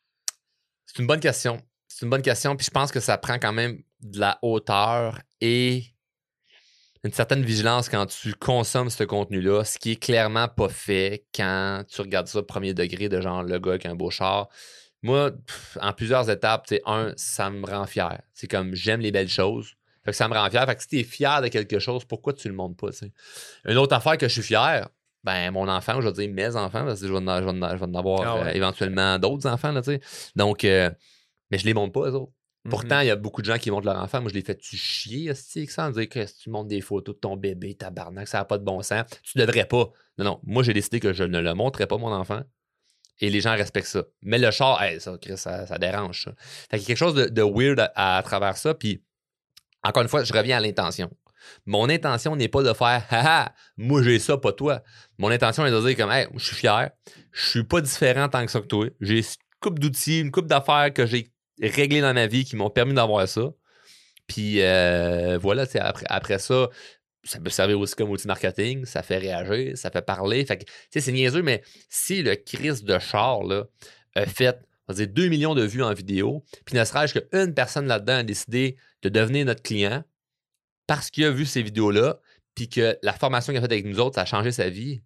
C'est une bonne question. C'est une bonne question, puis je pense que ça prend quand même de la hauteur et une certaine vigilance quand tu consommes ce contenu-là, ce qui est clairement pas fait quand tu regardes ça premier degré de genre le gars avec un beau char. Moi, pff, en plusieurs étapes, tu sais, un, ça me rend fier. C'est comme j'aime les belles choses. Fait que ça me rend fier. Fait que si tu es fier de quelque chose, pourquoi tu le montres pas? T'sais? Une autre affaire que je suis fier, ben mon enfant, je vais dire mes enfants, parce que je vais en, je vais en, je vais en avoir ah ouais. euh, éventuellement d'autres enfants. Là, t'sais. Donc, euh, mais je les montre pas, eux autres. Pourtant, il mm-hmm. y a beaucoup de gens qui montrent leur enfant. Moi, je les fais-tu chier, avec ça, en dire que si tu montres des photos de ton bébé, tabarnak, ça n'a pas de bon sens. Tu devrais pas. Non, non. Moi, j'ai décidé que je ne le montrerais pas, mon enfant. Et les gens respectent ça. Mais le char, hey, ça, ça, ça dérange, ça. Fait qu'il y a quelque chose de, de weird à, à travers ça. Puis, encore une fois, je reviens à l'intention. Mon intention n'est pas de faire « Haha, moi, j'ai ça, pas toi. » Mon intention est de dire comme « Hey, je suis fier. Je suis pas différent tant que ça que toi. J'ai une couple d'outils, une couple d'affaires que j'ai réglé dans ma vie qui m'ont permis d'avoir ça. Puis euh, voilà, après, après ça, ça peut servir aussi comme outil marketing, ça fait réagir, ça fait parler. Fait que, tu sais, c'est niaiseux, mais si le Chris de char là, a fait, on va dire, deux millions de vues en vidéo, puis ne serait-ce qu'une personne là-dedans a décidé de devenir notre client parce qu'il a vu ces vidéos-là, puis que la formation qu'il a faite avec nous autres, ça a changé sa vie.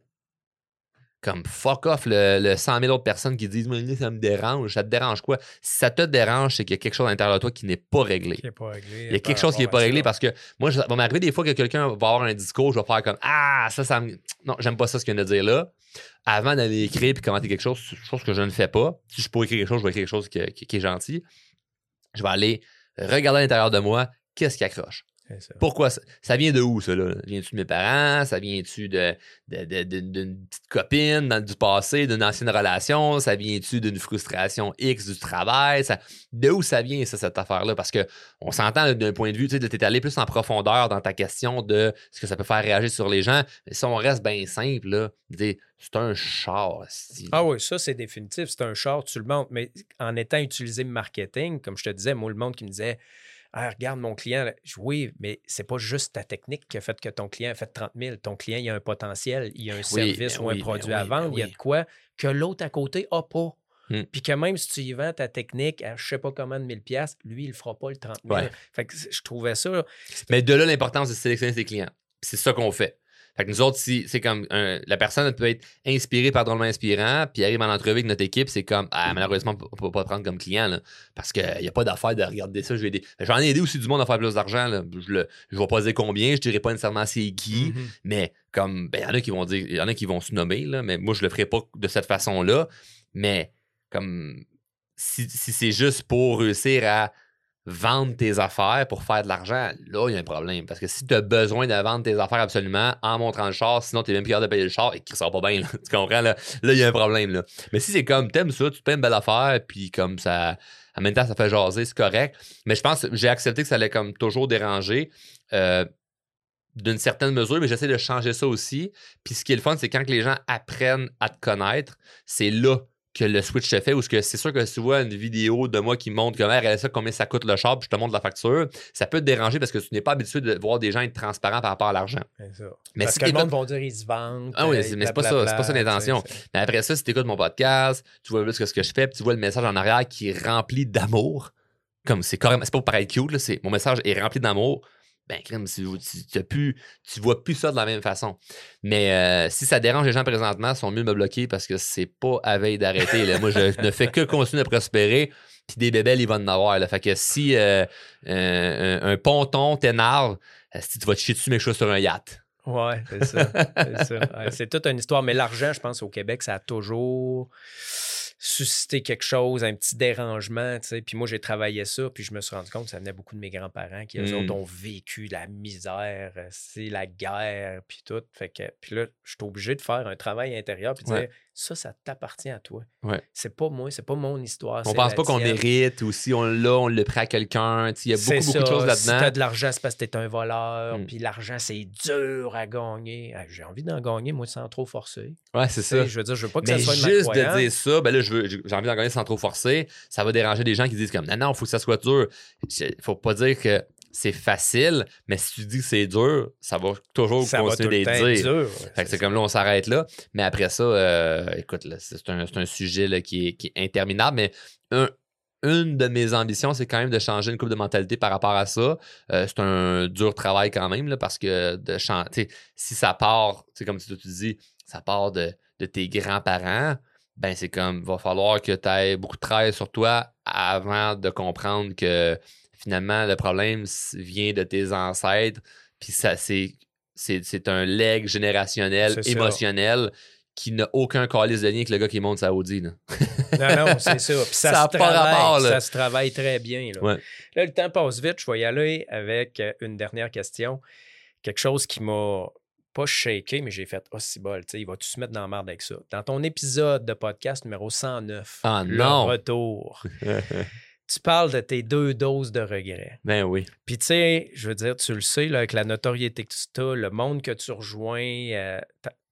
Comme fuck off le, le cent mille autres personnes qui disent « ça me dérange », ça te dérange quoi? Si ça te dérange, c'est qu'il y a quelque chose à l'intérieur de toi qui n'est pas réglé. Qui n'est pas réglé. Il y a quelque chose qui n'est pas réglé parce que moi, ça va m'arriver des fois que quelqu'un va avoir un discours, je vais faire comme « Ah, ça, ça me... Non, j'aime pas ça ce qu'il vient de dire là. » Avant d'aller écrire et commenter quelque chose, chose que je ne fais pas. Si je peux écrire quelque chose, je vais écrire quelque chose qui, qui, qui est gentil. Je vais aller regarder à l'intérieur de moi, qu'est-ce qui accroche. Pourquoi? Ça, ça vient de où, ça, là? Vient-tu de mes parents? Ça vient-tu de, de, de, de, d'une petite copine dans, du passé, d'une ancienne relation? Ça vient-tu d'une frustration X du travail? Ça, de où ça vient, ça, cette affaire-là? Parce qu'on s'entend là, d'un point de vue, tu sais, t'es allé plus en profondeur dans ta question de ce que ça peut faire réagir sur les gens. Mais si on reste bien simple, là, c'est un char. Style. Ah oui, ça, c'est définitif. C'est un char, tu le montres. Mais en étant utilisé marketing, comme je te disais, moi, le monde qui me disait... Ah, regarde mon client, oui, mais c'est pas juste ta technique qui a fait que ton client a fait trente mille. Ton client, il a un potentiel, il a un oui, service ou oui, un produit à oui, vendre, il y a de quoi que l'autre à côté n'a pas. Hmm. Puis que même si tu y vends ta technique à je sais pas comment de mille piastres, lui, il ne fera pas le trente mille. Ouais. Fait que je trouvais ça... Mais de là, l'importance de sélectionner ses clients. C'est ça qu'on fait. Fait que nous autres, si, c'est comme un, la personne peut être inspirée par drôlement inspirant, puis arrive en entrevue avec notre équipe, c'est comme ah, malheureusement, on ne peut pas te prendre comme client là, parce qu'il n'y a pas d'affaire de regarder ça. Je vais aider. J'en ai aidé aussi du monde à faire plus d'argent. Là. Je ne vais pas dire combien, je ne dirais pas nécessairement c'est qui, mm-hmm. mais comme il ben, y en a qui vont dire, il y en a qui vont se nommer, là, mais moi je le ferai pas de cette façon-là. Mais comme si, si c'est juste pour réussir à vendre tes affaires pour faire de l'argent, là, il y a un problème. Parce que si tu as besoin de vendre tes affaires absolument en montrant le char, sinon tu n'es même plus capable de payer le char et qu'il ne sort pas bien, là, tu comprends? Là, là, il y a un problème. Là. Mais si c'est comme, t'aimes ça, tu te payes une belle affaire, puis comme ça, en même temps, ça fait jaser, c'est correct. Mais je pense que j'ai accepté que ça allait comme toujours déranger euh, d'une certaine mesure, mais j'essaie de changer ça aussi. Puis ce qui est le fun, c'est quand les gens apprennent à te connaître, c'est là que le switch se fait, ou que c'est sûr que si tu vois une vidéo de moi qui montre comment elle ça, combien ça coûte le char, puis je te montre la facture, ça peut te déranger parce que tu n'es pas habitué de voir des gens être transparents par rapport à l'argent. Ça. Mais parce si que le monde va dire ils se vendent. Ah oui, mais c'est pas ça, c'est pas ça l'intention. Mais après ça, si tu écoutes mon podcast, tu vois plus que ce que je fais, puis tu vois le message en arrière qui est rempli d'amour. Comme c'est carrément, c'est pas pareil cute, là, c'est, mon message est rempli d'amour. Ben, crème, tu, tu, tu, plus, tu vois plus ça de la même façon. Mais euh, si ça dérange les gens présentement, ils sont mieux de me bloquer parce que c'est pas à veille d'arrêter. Là. Moi, je ne fais que continuer de prospérer, puis des bébelles, ils vont en avoir. Là. Fait que si euh, un, un ponton t'énerve, si tu vas te chier dessus, mes choses sur un yacht. Ouais, c'est ça. C'est, ça. Ouais, c'est toute une histoire. Mais l'argent, je pense, au Québec, ça a toujours susciter quelque chose, un petit dérangement, tu sais. Puis moi, j'ai travaillé ça, puis je me suis rendu compte que ça venait beaucoup de mes grands-parents qui, eux mm. autres, ont vécu la misère, c'est la guerre, puis tout. Fait que, puis là, je suis obligé de faire un travail intérieur, puis de ouais. dire, ça, ça t'appartient à toi. Ouais. C'est pas moi, c'est pas mon histoire. On pense pas qu'on mérite, ou si on l'a, on l'a pris à quelqu'un. Il y a beaucoup, beaucoup de choses là-dedans. Si t'as de l'argent, c'est parce que t'es un voleur, mm. puis l'argent, c'est dur à gagner. J'ai envie d'en gagner, moi, sans trop forcer. Ouais, c'est ça. Je veux dire, je veux pas que mais ça soit une juste croyance. de dire ça, ben là, je veux, j'ai envie d'en gagner sans trop forcer. Ça va déranger des gens qui disent comme, non, non, il faut que ça soit dur. Il faut pas dire que c'est facile, mais si tu dis que c'est dur, ça va toujours ça continuer d'être dur. dur. Ouais, fait que c'est comme là, on s'arrête là. Mais après ça, euh, écoute, là, c'est, un, c'est un sujet là, qui, est, qui est interminable. Mais un, une de mes ambitions, c'est quand même de changer une couple de mentalité par rapport à ça. Euh, c'est un dur travail quand même, là, parce que de chanter, si ça part, comme tu te dis, ça part de, de tes grands-parents, ben c'est comme, va falloir que tu aies beaucoup de travail sur toi avant de comprendre que finalement, le problème vient de tes ancêtres, puis ça, c'est, c'est, c'est un leg générationnel, C'est émotionnel, ça. qui n'a aucun calice de lien avec le gars qui monte sa Audi. Là. Non, non, c'est ça. Puis ça, Ça se a pas travaille, rapport, là. ça se travaille très bien. Là. Ouais. Là, le temps passe vite. Je vais y aller avec une dernière question. Quelque chose qui m'a pas shaké, mais j'ai fait « Oh, c'est bol, il va-tu se mettre dans la merde avec ça? » Dans ton épisode de podcast numéro cent neuf, ah, le non. retour, tu parles de tes deux doses de regret. Ben oui. Puis tu sais, je veux dire, tu le sais, là, avec la notoriété que tu as, le monde que tu rejoins, euh,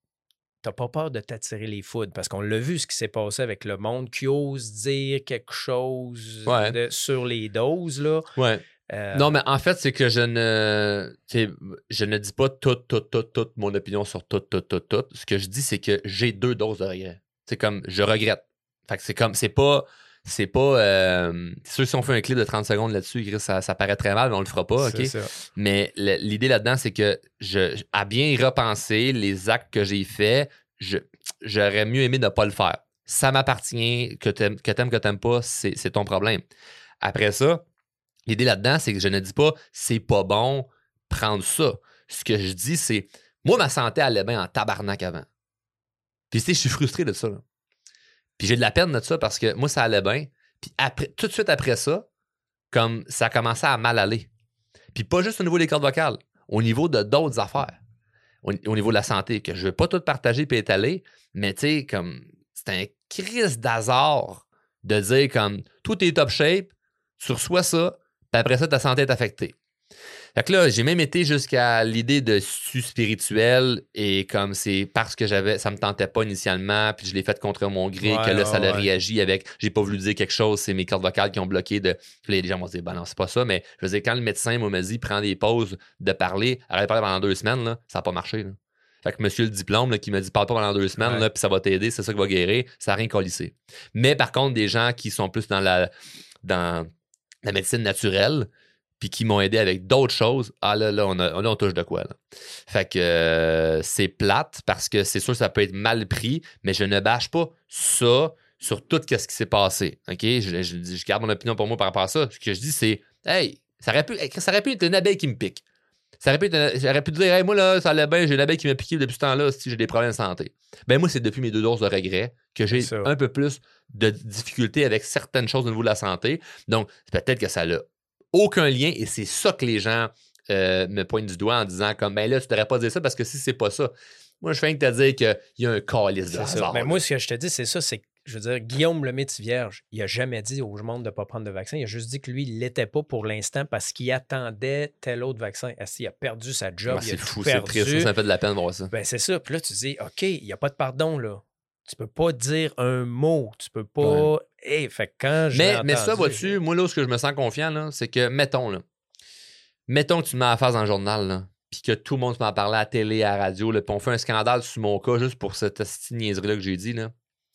t'as pas peur de t'attirer les foudres parce qu'on l'a vu ce qui s'est passé avec le monde qui ose dire quelque chose ouais. de, sur les doses. Là. Ouais. Euh... Non, mais en fait, c'est que je ne je ne dis pas toute, toute, toute, toute mon opinion sur tout, tout, tout, tout. Ce que je dis, c'est que j'ai deux doses de regret. C'est comme, je regrette. Fait que c'est comme, c'est pas, c'est pas, euh, c'est sûr que si on fait un clip de trente secondes là-dessus, ça, ça paraît très mal, mais on le fera pas, OK? Ça. Mais l'idée là-dedans, c'est que, je, à bien y repenser, les actes que j'ai faits, je, j'aurais mieux aimé ne pas le faire. Ça m'appartient, que t'aimes, que t'aimes, que t'aimes pas, c'est, c'est ton problème. Après ça, l'idée là-dedans, c'est que je ne dis pas c'est pas bon, prendre ça. Ce que je dis, c'est moi, ma santé allait bien en tabarnak avant. Puis, tu sais, je suis frustré de ça. Là. Puis, j'ai de la peine de ça parce que moi, ça allait bien. Puis, après, tout de suite après ça, comme ça a commencé à mal aller. Puis, pas juste au niveau des cordes vocales, au niveau de d'autres affaires. Au, au niveau de la santé, que je ne veux pas tout partager et étaler, mais tu sais, comme c'est un crise d'hasard de dire comme tout est top shape, tu reçois ça, puis après ça, ta santé est affectée. Fait que là, j'ai même été jusqu'à l'idée de su spirituel et comme c'est parce que j'avais, ça me tentait pas initialement, puis je l'ai fait contre mon gré, ouais, que là, ça ouais. a réagi avec, j'ai pas voulu dire quelque chose, c'est mes cordes vocales qui ont bloqué de. Puis les gens vont se dire, ben non, c'est pas ça, mais je veux dire, quand le médecin m'a dit, prends des pauses de parler, arrête de parler pendant deux semaines, là, ça n'a pas marché. Là. Fait que monsieur le diplôme là, qui m'a dit parle pas pendant deux semaines, ouais. là, puis ça va t'aider, c'est ça qui va guérir, ça n'a rien collissé. Mais par contre, des gens qui sont plus dans la, dans la médecine naturelle, puis qui m'ont aidé avec d'autres choses, ah là, là, on, a, là, on touche de quoi, là. Fait que euh, c'est plate parce que c'est sûr que ça peut être mal pris, mais je ne bâche pas ça sur tout ce qui s'est passé. OK? Je, je, je garde mon opinion pour moi par rapport à ça. Ce que je dis, c'est, hey, ça aurait pu, ça aurait pu être une abeille qui me pique. Ça aurait pu, être, j'aurais pu dire, hey, moi, là, ça allait bien, j'ai une abeille qui m'a piqué depuis ce temps-là, si j'ai des problèmes de santé. Ben, moi, c'est depuis mes deux doses de regret que j'ai un peu plus de difficultés avec certaines choses au niveau de la santé. Donc, peut-être que ça l'a aucun lien et c'est ça que les gens euh, me pointent du doigt en disant comme ben là tu devrais pas dire ça parce que si c'est pas ça, moi je fais que te dire qu'il y a un calice de hasard. Mais moi ce que je te dis c'est ça, c'est que je veux dire Guillaume Lemaitre-Vierge, il a jamais dit au monde de pas prendre de vaccin, il a juste dit que lui il l'était pas pour l'instant parce qu'il attendait tel autre vaccin. Il a perdu sa job, ouais, il a c'est fou, perdu. C'est triste, ça me fait de la peine de voir ça. Ben c'est ça, puis là tu dis OK, il y a pas de pardon là. Tu peux pas dire un mot, tu peux pas. Ouais. Hey, fait que quand je mais, entendu, mais ça, vois-tu, je... moi là où je me sens confiant, là, c'est que, mettons, là, mettons que tu me mets à la face dans le journal, là, puis que tout le monde se met à parler à la télé, à la radio, puis on fait un scandale sur mon cas juste pour cette, cette niaiserie-là que j'ai dit. Là.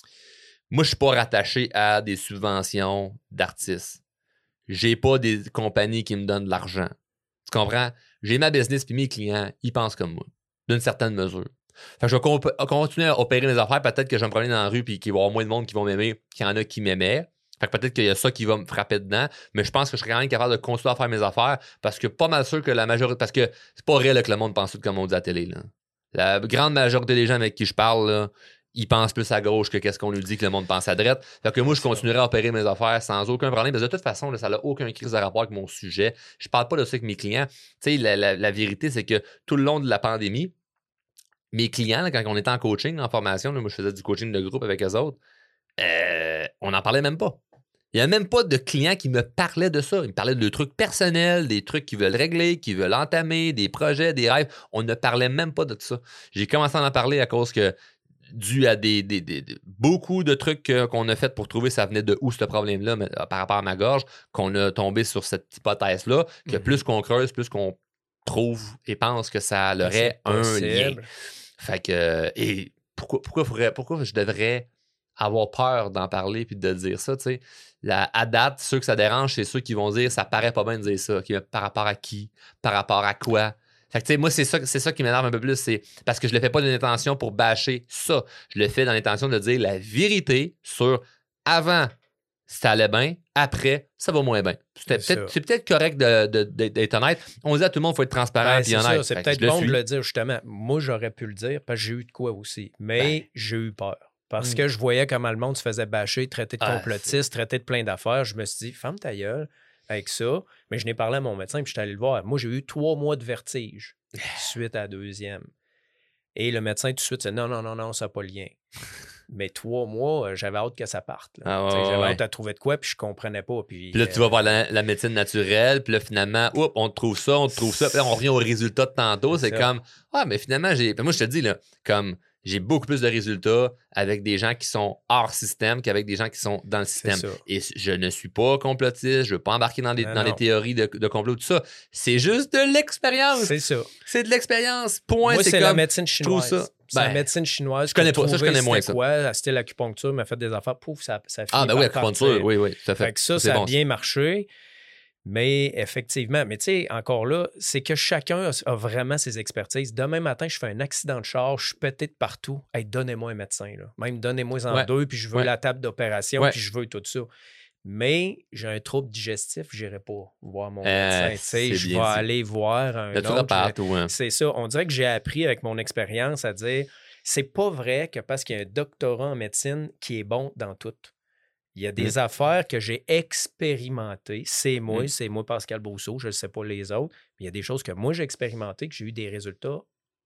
Moi, je suis pas rattaché à des subventions d'artistes. J'ai pas des compagnies qui me donnent de l'argent. Tu comprends? J'ai ma business, puis mes clients, ils pensent comme moi, d'une certaine mesure. Fait que je vais comp- continuer à opérer mes affaires. Peut-être que je vais me promener dans la rue et qu'il va y avoir moins de monde qui vont m'aimer qu'il y en a qui m'aimaient. Fait que peut-être qu'il y a ça qui va me frapper dedans. Mais je pense que je serais quand même capable de continuer à faire mes affaires parce que pas mal sûr que la majorité... Parce que c'est pas vrai là, que le monde pense tout comme on dit à la télé. Là. La grande majorité des gens avec qui je parle, là, ils pensent plus à gauche que qu'est-ce qu'on nous dit que le monde pense à droite. Fait que moi, je continuerai à opérer mes affaires sans aucun problème. Parce que de toute façon, là, ça n'a aucun crise de rapport avec mon sujet. Je parle pas de ça avec mes clients. Tu sais, la, la, la vérité, c'est que tout le long de la pandémie, mes clients, là, quand on était en coaching, en formation, là, moi je faisais du coaching de groupe avec eux autres, euh, on n'en parlait même pas. Il n'y a même pas de clients qui me parlaient de ça. Ils me parlaient de trucs personnels, des trucs qu'ils veulent régler, qu'ils veulent entamer, des projets, des rêves. On ne parlait même pas de ça. J'ai commencé à en parler à cause que, dû à des, des, des, des beaucoup de trucs que, qu'on a fait pour trouver ça venait de où ce problème-là mais, par rapport à ma gorge, qu'on a tombé sur cette hypothèse-là, que mm-hmm. plus qu'on creuse, plus qu'on trouve et pense que ça aurait un lien. Fait que, et pourquoi, pourquoi, faudrait, pourquoi je devrais avoir peur d'en parler puis de dire ça, tu sais. La, à date, ceux que ça dérange, c'est ceux qui vont dire ça paraît pas bien de dire ça. Okay, par rapport à qui? Par rapport à quoi? Fait que, tu sais, moi, c'est ça, c'est ça qui m'énerve un peu plus. C'est parce que je le fais pas d'une intention pour bâcher ça. Je le fais dans l'intention de dire la vérité sur avant, ça allait bien. Après, ça va moins bien. C'est peut-être, c'est peut-être correct de, de, de, d'être honnête. On dit à tout le monde qu'il faut être transparent et ben, honnête. Ça, c'est peut-être bon de le dire, justement. Moi, j'aurais pu le dire parce que j'ai eu de quoi aussi. Mais ben. j'ai eu peur. Parce mm. que je voyais comment le monde se faisait bâcher, traiter de complotiste, ah, traiter de plein d'affaires. Je me suis dit, ferme ta gueule avec ça. Mais je n'ai parlé à mon médecin puis je suis allé le voir. Moi, j'ai eu trois mois de vertige suite à la deuxième. Et le médecin, tout de suite, c'est non, non, non, non, ça n'a pas le lien. Mais trois mois, j'avais hâte que ça parte. Ah, ouais, j'avais ouais. hâte à trouver de quoi, puis je comprenais pas. Puis, puis là, euh, tu vas voir la, la médecine naturelle, puis là, finalement, oups, on te trouve ça, on te trouve ça. Puis là, on revient au résultat de tantôt. C'est, c'est comme, ah, mais finalement, j'ai. Puis moi, je te dis, là, comme, j'ai beaucoup plus de résultats avec des gens qui sont hors système qu'avec des gens qui sont dans le système. Et je ne suis pas complotiste, je ne veux pas embarquer dans, des, dans les théories de, de complot, tout ça. C'est juste de l'expérience. C'est ça. C'est de l'expérience. Point. Moi, c'est, c'est comme, la médecine chinoise. Ça. C'est ben, la médecine chinoise. Je connais pas ça, je connais moins ça. Quoi, c'était l'acupuncture, m'a fait des affaires, pouf, ça, ça finit Ah, ben oui, l'acupuncture, oui, oui, tout à fait. Fait que ça, ça, ça a bon, bien ça. marché. Mais effectivement, mais tu sais, encore là, c'est que chacun a, a vraiment ses expertises. Demain matin, je fais un accident de char, je suis pété de partout. Hey, donnez-moi un médecin, là. Même donnez-moi en ouais. deux, puis je veux ouais. la table d'opération, ouais. puis je veux tout ça. Mais j'ai un trouble digestif, je n'irai pas voir mon médecin. Euh, je vais dit. aller voir un Le autre. Partout, hein. C'est ça. On dirait que j'ai appris avec mon expérience à dire, c'est pas vrai que parce qu'il y a un doctorat en médecine qui est bon dans tout. Il y a des mmh. affaires que j'ai expérimentées. C'est moi, mmh. c'est moi Pascal Brousseau, je ne sais pas les autres. Mais il y a des choses que moi j'ai expérimentées, que j'ai eu des résultats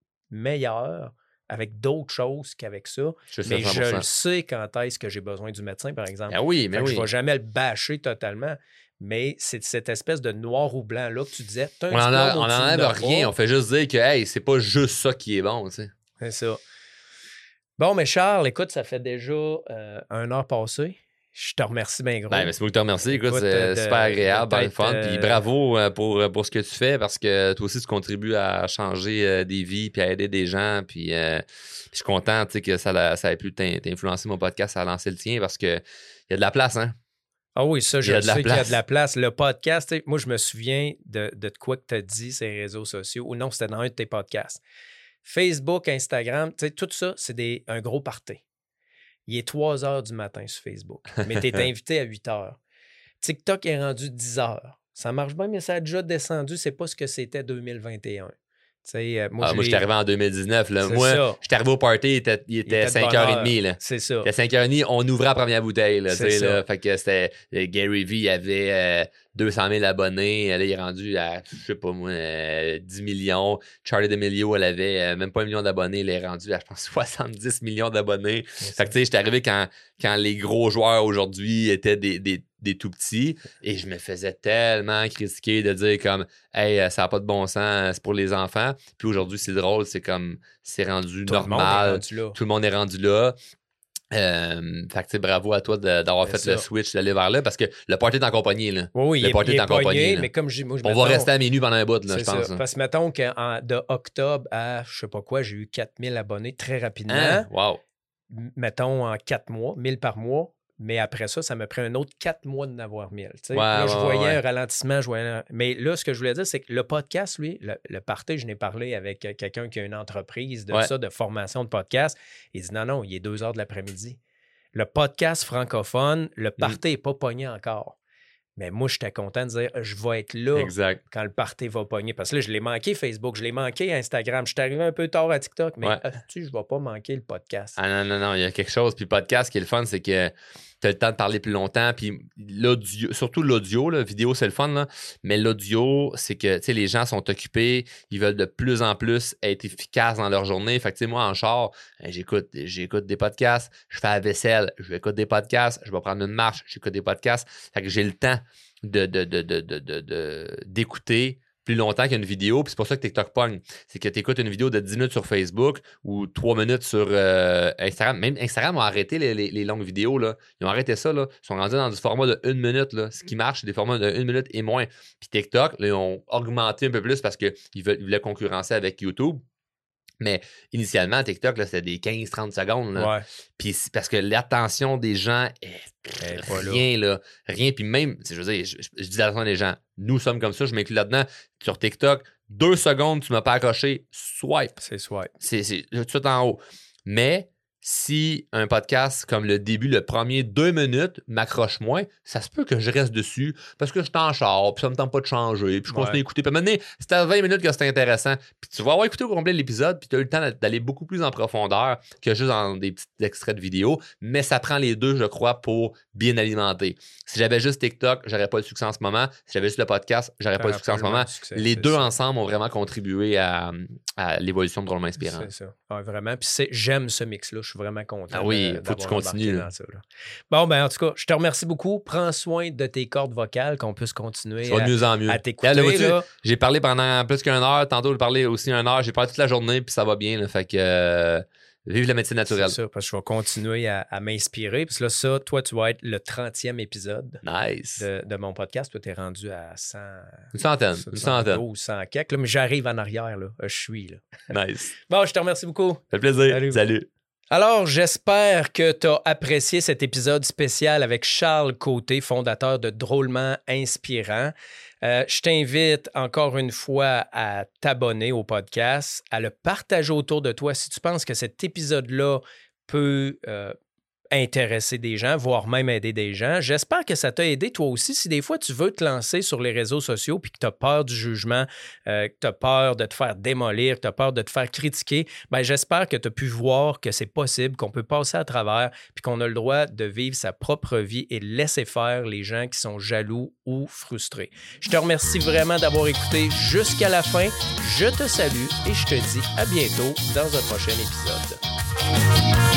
meilleurs avec d'autres choses qu'avec ça. Je mais je le sais quand est-ce que j'ai besoin du médecin, par exemple. Ah oui, mais oui. Je ne vais jamais le bâcher totalement. Mais c'est cette espèce de noir ou blanc là que tu disais. On n'enlève rien. On fait juste dire que hey, c'est pas juste ça qui est bon. Tu sais. C'est ça. Bon, mais Charles, écoute, ça fait déjà euh, une heure passée. Je te remercie bien gros. Ben, merci beaucoup de te remercier. Écoute, Écoute c'est de, super agréable, bien fun. Euh... Puis bravo pour, pour ce que tu fais parce que toi aussi, tu contribues à changer euh, des vies puis à aider des gens. Puis euh, je suis content que ça, ça ait pu t'influencer mon podcast à lancer le tien parce qu'il y a de la place, hein? Ah oui, ça, je sais qu'il y a de la place. Le podcast, moi, je me souviens de, de quoi que tu as dit sur les réseaux sociaux. Ou non, c'était dans un de tes podcasts. Facebook, Instagram, tout ça, c'est des, un gros party. Il est trois heures du matin sur Facebook, mais tu es invité à huit heures. TikTok est rendu dix heures. Ça marche bien, mais ça a déjà descendu. C'est pas ce que c'était deux mille vingt et un. Euh, moi, ah, moi je suis arrivé en deux mille dix-neuf. Là. Moi, je suis arrivé au party, il était, il était, il était cinq heures trente. C'est ça. Il était cinq heures trente, on ouvrait la première bouteille. Là, c'est ça. Là, fait que c'était, Gary Vee, il avait euh, deux cent mille abonnés. Là, il est rendu à, je sais pas moi, euh, dix millions. Charlie D'Amelio, elle avait euh, même pas un million d'abonnés. Il est rendu à, je pense, soixante-dix millions d'abonnés. C'est fait que tu sais, j'étais arrivé quand, quand les gros joueurs aujourd'hui étaient des, des des tout petits, et je me faisais tellement critiquer de dire comme « Hey, ça n'a pas de bon sens, c'est pour les enfants. » Puis aujourd'hui, c'est drôle, c'est comme, c'est rendu tout normal. Le rendu tout le monde est rendu là. Euh, fait que bravo à toi de, d'avoir c'est fait ça. Le switch, d'aller vers là, parce que le party est en compagnie. Là. Oui, oui, le il party est, est en compagnie. Mais comme je, moi, je On mettons, va rester à minuit pendant un bout, là, je pense. Ça. Parce que mettons que de octobre à je sais pas quoi, j'ai eu quatre mille abonnés très rapidement. Hein? Wow. Mettons en quatre mois, mille par mois. Mais après ça, ça m'a pris un autre quatre mois de n'avoir mille. Ouais, là, je ouais, voyais ouais. un ralentissement. Je voyais... Mais là, ce que je voulais dire, c'est que le podcast, lui, le, le party, je n'ai parlé avec quelqu'un qui a une entreprise de ouais. ça, de formation de podcast. Il dit non, non, il est deux heures de l'après-midi. Le podcast francophone, le party n'est mm. pas pogné encore. Mais moi, j'étais content de dire je vais être là exact. Quand le party va pogner. Parce que là, je l'ai manqué Facebook, je l'ai manqué Instagram. Je suis arrivé un peu tard à TikTok, mais ouais. tu je ne vais pas manquer le podcast. Ah non, non, non, il y a quelque chose. Puis le podcast, ce qui est le fun, c'est que tu as le temps de parler plus longtemps. Puis l'audio, surtout l'audio, la vidéo, c'est le fun, là. Mais l'audio, c'est que les gens sont occupés, ils veulent de plus en plus être efficaces dans leur journée. Fait que moi, en char, j'écoute, j'écoute des podcasts, je fais la vaisselle, je vais écouter des podcasts, je vais prendre une marche, j'écoute des podcasts. Fait que j'ai le temps de, de, de, de, de, de, de, d'écouter plus longtemps qu'une vidéo, puis c'est pour ça que TikTok pogne. C'est que tu écoutes une vidéo de dix minutes sur Facebook ou trois minutes sur euh, Instagram. Même Instagram a arrêté les, les, les longues vidéos. Là. Ils ont arrêté ça. Là. Ils sont rendus dans du format de une minute. Là. Ce qui marche, c'est des formats de une minute et moins. Puis TikTok, là, ils ont augmenté un peu plus parce qu'ils veulent, ils voulaient concurrencer avec YouTube. Mais initialement, TikTok, là, c'était des quinze à trente secondes. Là. Ouais. Puis parce que l'attention des gens est Eh, rien, là. là. Rien. Puis même, je veux dire, je, je, je dis l'attention des gens. Nous sommes comme ça, je m'inclus là-dedans. Sur TikTok, deux secondes, tu m'as pas accroché, swipe. C'est swipe. C'est, c'est tout de suite en haut. Mais si un podcast comme le début, le premier deux minutes m'accroche moins, ça se peut que je reste dessus parce que je suis en char, puis ça me tente pas de changer, puis je continue Ouais. à écouter. Puis maintenant, c'était à vingt minutes que c'était intéressant. Puis tu vas avoir écouté au complet l'épisode, puis tu as eu le temps d'aller beaucoup plus en profondeur que juste dans des petits extraits de vidéo. Mais ça prend les deux, je crois, pour bien alimenter. Si j'avais juste TikTok, j'aurais pas le succès en ce moment. Si j'avais juste le podcast, j'aurais pas le succès en ce moment. Succès, les deux ça. ensemble ont vraiment contribué à, à l'évolution de Drôlement Inspirant. C'est ça. Ouais, vraiment. Puis c'est, j'aime ce mix-là. Je suis vraiment content. Ah oui, de, faut que tu continues. dans ça, là. Bon, ben en tout cas, je te remercie beaucoup. Prends soin de tes cordes vocales, qu'on puisse continuer Ça va à, de mieux en mieux. à t'écouter. Là, vois-tu, là. j'ai parlé pendant plus qu'une heure. Tantôt, j'ai parlé aussi une heure. J'ai parlé toute la journée, puis ça va bien. Là, fait que euh, vive la médecine naturelle. C'est ça, parce que je vais continuer à, à m'inspirer. Puis là, ça, toi, tu vas être le trentième épisode Nice. de, de mon podcast. Toi, tu es rendu à cent... Une centaine. Une centaine. cent douze, cent quelques. Là, mais j'arrive en arrière. Là. Je suis là. Nice. Bon, je te remercie beaucoup. Ça fait plaisir. Salut. Salut. Alors, j'espère que tu as apprécié cet épisode spécial avec Charles Côté, fondateur de Drôlement Inspirant. Euh, je t'invite encore une fois à t'abonner au podcast, à le partager autour de toi si tu penses que cet épisode-là peut euh, intéresser des gens, voire même aider des gens. J'espère que ça t'a aidé toi aussi. Si des fois tu veux te lancer sur les réseaux sociaux puis que tu as peur du jugement, euh, que tu as peur de te faire démolir, que tu as peur de te faire critiquer, ben j'espère que tu as pu voir que c'est possible, qu'on peut passer à travers puis qu'on a le droit de vivre sa propre vie et laisser faire les gens qui sont jaloux ou frustrés. Je te remercie vraiment d'avoir écouté jusqu'à la fin. Je te salue et je te dis à bientôt dans un prochain épisode.